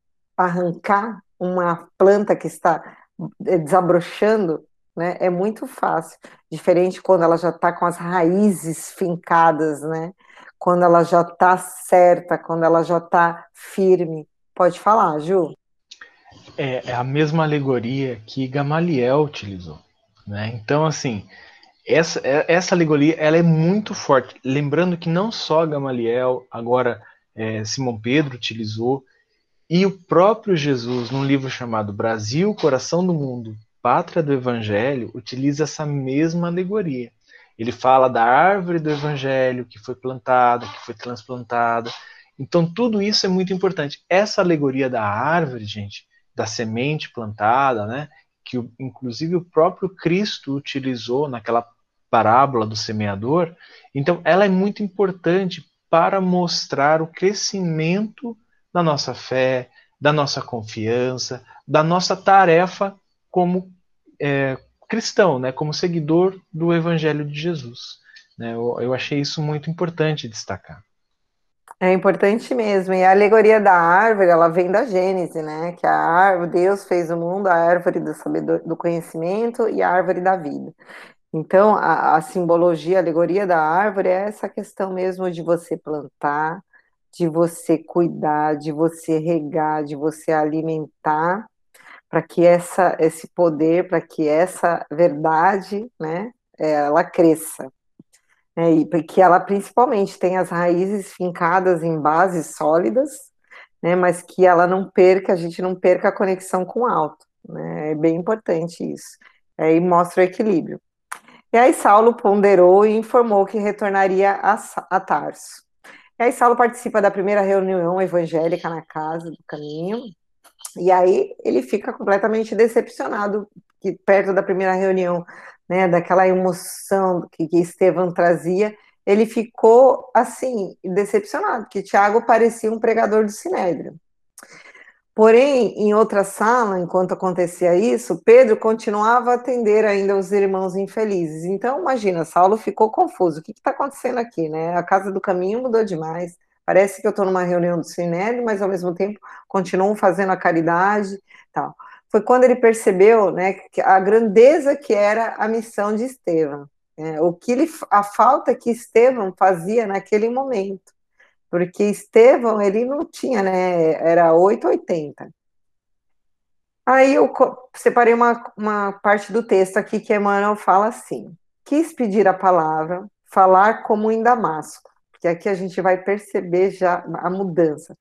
[SPEAKER 1] arrancar uma planta que está desabrochando, né, é muito fácil, diferente quando ela já está com as raízes fincadas, né, quando ela já está certa, quando ela já está firme. Pode falar, Ju.
[SPEAKER 2] É, é a mesma alegoria que Gamaliel utilizou, né? Então, assim, essa, essa alegoria ela é muito forte. Lembrando que não só Gamaliel, agora é, Simão Pedro utilizou, e o próprio Jesus, num livro chamado Brasil, Coração do Mundo, Pátria do Evangelho, utiliza essa mesma alegoria. Ele fala da árvore do Evangelho que foi plantada, que foi transplantada. Então, tudo isso é muito importante. Essa alegoria da árvore, gente, da semente plantada, né, que inclusive o próprio Cristo utilizou naquela parábola do semeador, então ela é muito importante para mostrar o crescimento da nossa fé, da nossa confiança, da nossa tarefa como é, cristão, né, como seguidor do Evangelho de Jesus. Né, eu, eu achei isso muito importante destacar.
[SPEAKER 1] É importante mesmo, e a alegoria da árvore, ela vem da Gênese, né, que a árvore, Deus fez o mundo, a árvore do, sabedor, do conhecimento e a árvore da vida. Então, a, a simbologia, a alegoria da árvore é essa questão mesmo de você plantar, de você cuidar, de você regar, de você alimentar, para que essa, esse poder, para que essa verdade, né, ela cresça. É, e porque ela principalmente tem as raízes fincadas em bases sólidas, né, mas que ela não perca, a gente não perca a conexão com o alto, né, é bem importante isso. Aí mostra o equilíbrio. E aí Saulo ponderou e informou que retornaria a, a Tarso. E aí Saulo participa da primeira reunião evangélica na Casa do Caminho, e aí ele fica completamente decepcionado que perto da primeira reunião, né, daquela emoção que, que Estevão trazia, ele ficou assim, decepcionado, que Tiago parecia um pregador do Sinédrio. Porém, em outra sala, enquanto acontecia isso, Pedro continuava a atender ainda os irmãos infelizes. Então, imagina, Saulo ficou confuso. O que está acontecendo aqui, né? A Casa do Caminho mudou demais. Parece que eu estou numa reunião do Sinédrio, mas ao mesmo tempo continuam fazendo a caridade, tal. foi quando ele percebeu, né, que a grandeza que era a missão de Estevão, né, o que ele, a falta que Estevão fazia naquele momento, porque Estevão, ele não tinha, né, era oito ou oitenta. Aí eu separei uma, uma parte do texto aqui que Emmanuel fala assim: quis pedir a palavra, falar como em Damasco, porque aqui a gente vai perceber já a mudança,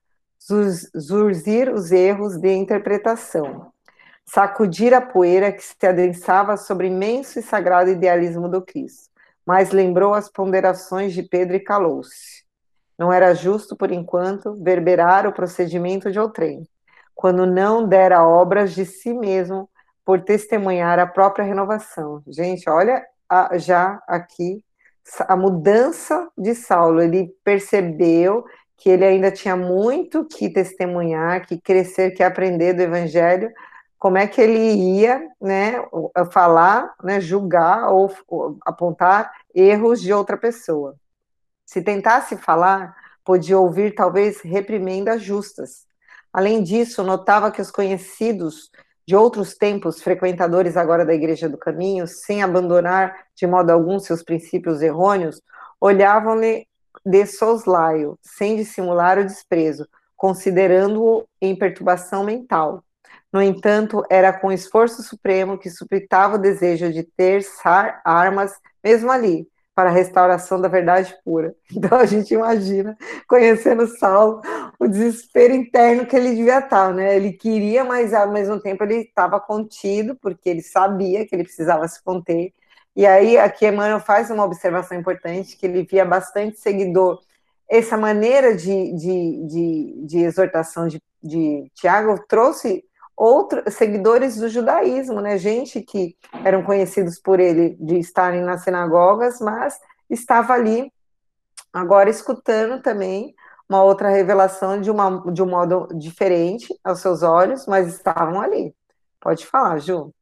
[SPEAKER 1] zurzir os erros de interpretação, sacudir a poeira que se adensava sobre o imenso e sagrado idealismo do Cristo, mas lembrou as ponderações de Pedro e calou-se. Não era justo, por enquanto, verberar o procedimento de outrem, quando não dera obras de si mesmo por testemunhar a própria renovação. Gente, olha a, já aqui a mudança de Saulo. Ele percebeu que ele ainda tinha muito que testemunhar, que crescer, que aprender do Evangelho. Como é que ele ia, né, falar, né, julgar ou, ou apontar erros de outra pessoa? Se tentasse falar, podia ouvir talvez reprimendas justas. Além disso, notava que os conhecidos de outros tempos, frequentadores agora da Igreja do Caminho, sem abandonar de modo algum seus princípios errôneos, olhavam-lhe de soslaio, sem dissimular o desprezo, considerando-o em perturbação mental. No entanto, era com esforço supremo que suscitava o desejo de ter armas, mesmo ali, para a restauração da verdade pura. Então a gente imagina, conhecendo Saulo, o desespero interno que ele devia estar, né? Ele queria, mas ao mesmo tempo ele estava contido, porque ele sabia que ele precisava se conter. E aí aqui Emmanuel faz uma observação importante, que ele via bastante seguidor. Essa maneira de, de, de, de exortação de, de Tiago trouxe outros seguidores do judaísmo, né? Gente que eram conhecidos por ele de estarem nas sinagogas, mas estava ali agora escutando também uma outra revelação de, uma, de um modo diferente aos seus olhos, mas estavam ali. Pode falar, Ju.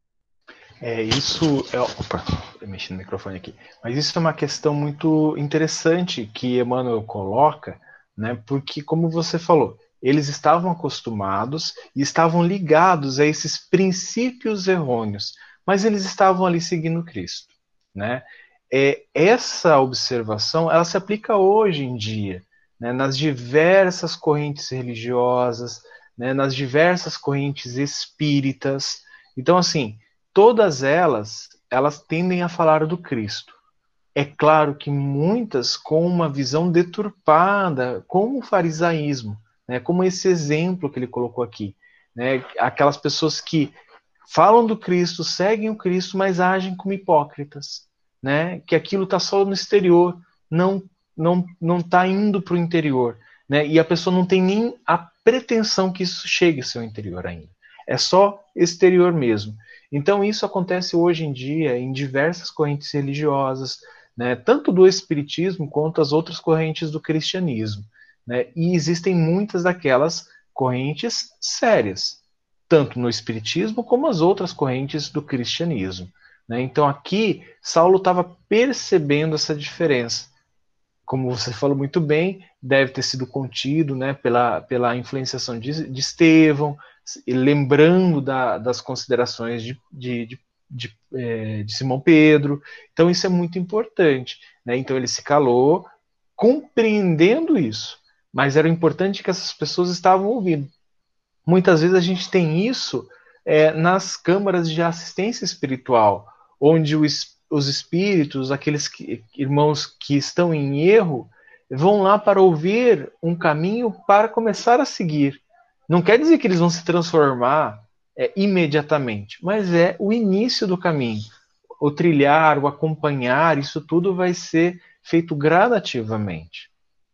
[SPEAKER 2] É, isso é... Opa, mexi no microfone aqui. Mas isso é uma questão muito interessante que Emmanuel coloca, né? Porque, como você falou, eles estavam acostumados e estavam ligados a esses princípios errôneos, mas eles estavam ali seguindo Cristo, né? É, essa observação, ela se aplica hoje em dia, né, nas diversas correntes religiosas, né, nas diversas correntes espíritas. Então, assim, todas elas, elas tendem a falar do Cristo. É claro que muitas com uma visão deturpada, como o farisaísmo, né, como esse exemplo que ele colocou aqui, né, aquelas pessoas que falam do Cristo, seguem o Cristo, mas agem como hipócritas, né, que aquilo está só no exterior, não não não está indo para o interior, né, e a pessoa não tem nem a pretensão que isso chegue ao seu interior ainda. É só exterior mesmo. Então isso acontece hoje em dia em diversas correntes religiosas, né, tanto do espiritismo quanto as outras correntes do cristianismo. Né? E existem muitas daquelas correntes sérias, tanto no espiritismo como as outras correntes do cristianismo. Né? Então aqui, Saulo estava percebendo essa diferença. Como você falou muito bem, deve ter sido contido, né, pela, pela influenciação de, de Estevão, lembrando da, das considerações de, de, de, de, é, de Simão Pedro. Então isso é muito importante. Né? Então ele se calou, compreendendo isso. Mas era importante que essas pessoas estavam ouvindo. Muitas vezes a gente tem isso é, nas câmaras de assistência espiritual, onde o, os espíritos, aqueles que, irmãos que estão em erro, vão lá para ouvir um caminho para começar a seguir. Não quer dizer que eles vão se transformar é, imediatamente, mas é o início do caminho. O trilhar, o acompanhar, isso tudo vai ser feito gradativamente.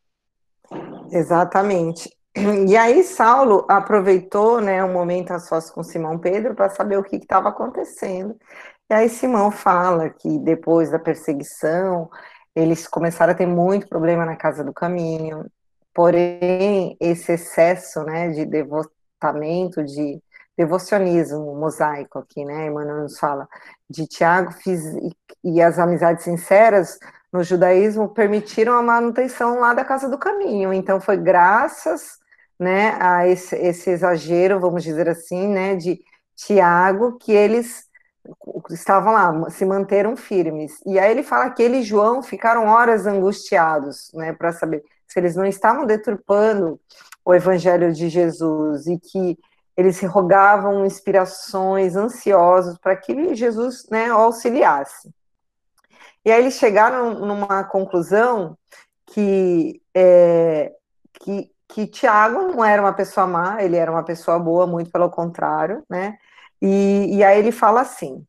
[SPEAKER 1] Exatamente. E aí Saulo aproveitou, né, um momento a sós com Simão Pedro para saber o que estava acontecendo. E aí Simão fala que depois da perseguição, eles começaram a ter muito problema na casa do caminho, porém esse excesso, né, de devotamento, de devocionismo mosaico aqui, né, Emmanuel nos fala, de Tiago fiz, e as amizades sinceras no judaísmo permitiram a manutenção lá da casa do caminho. Então foi graças, né, a esse, esse exagero, vamos dizer assim, né, de Tiago, que eles estavam lá, se manteram firmes. E aí ele fala que ele e João ficaram horas angustiados, né, para saber se eles não estavam deturpando o evangelho de Jesus e que eles se rogavam inspirações, ansiosos para que Jesus, né, o auxiliasse. E aí eles chegaram numa conclusão que, é, que, que Tiago não era uma pessoa má, ele era uma pessoa boa, muito pelo contrário, né? E, e aí ele fala assim: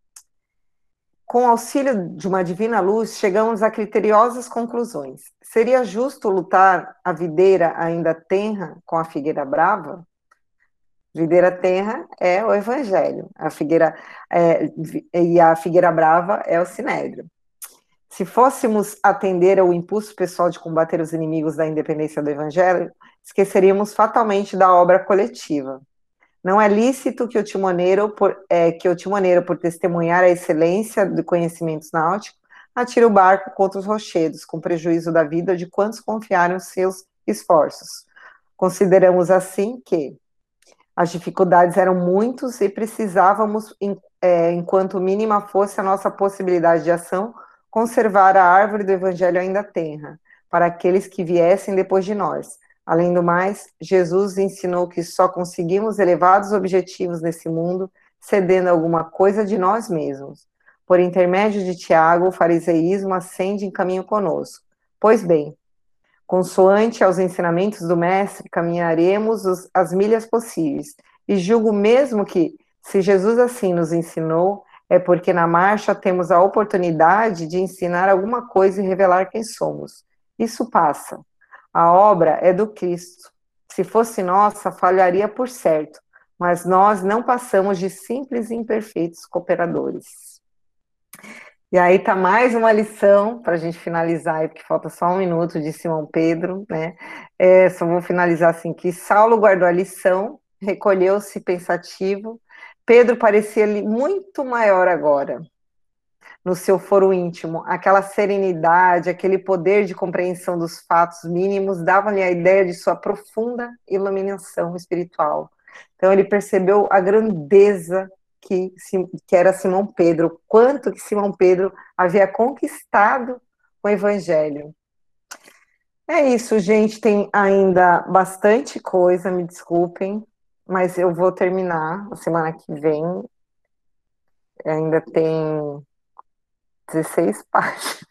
[SPEAKER 1] com o auxílio de uma divina luz, chegamos a criteriosas conclusões. Seria justo lutar a videira ainda tenra com a figueira brava? Videira tenra é o evangelho, a figueira, é, e a figueira brava é o sinédrio. Se fôssemos atender ao impulso pessoal de combater os inimigos da independência do evangelho, esqueceríamos fatalmente da obra coletiva. Não é lícito que o timoneiro, por, é, que o timoneiro, por testemunhar a excelência de conhecimentos náuticos, atire o barco contra os rochedos, com prejuízo da vida de quantos confiaram seus esforços. Consideramos assim que as dificuldades eram muitas e precisávamos, em, é, enquanto mínima fosse a nossa possibilidade de ação, conservar a árvore do evangelho ainda tenra, para aqueles que viessem depois de nós. Além do mais, Jesus ensinou que só conseguimos elevados objetivos nesse mundo cedendo alguma coisa de nós mesmos. Por intermédio de Tiago, o fariseísmo ascende em caminho conosco. Pois bem, consoante aos ensinamentos do mestre, caminharemos os, as milhas possíveis. E julgo mesmo que, se Jesus assim nos ensinou, é porque na marcha temos a oportunidade de ensinar alguma coisa e revelar quem somos. Isso passa. A obra é do Cristo. Se fosse nossa, falharia por certo, mas nós não passamos de simples e imperfeitos cooperadores. E aí tá mais uma lição para a gente finalizar, porque falta só um minuto, de Simão Pedro, né? É, só vou finalizar assim, que Saulo guardou a lição, recolheu-se pensativo. Pedro parecia muito maior agora, no seu foro íntimo. Aquela serenidade, aquele poder de compreensão dos fatos mínimos davam-lhe a ideia de sua profunda iluminação espiritual. Então ele percebeu a grandeza que, que era Simão Pedro, quanto que Simão Pedro havia conquistado o evangelho. É isso, gente, tem ainda bastante coisa, me desculpem, mas eu vou terminar a semana que vem. Ainda tem dezesseis páginas.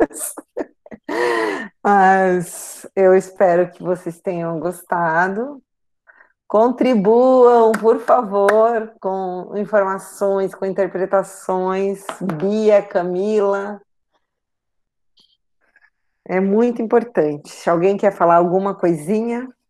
[SPEAKER 1] Mas eu espero que vocês tenham gostado. Contribuam, por favor, com informações, com interpretações. Bia, Camila. É muito importante. Alguém quer falar alguma coisinha?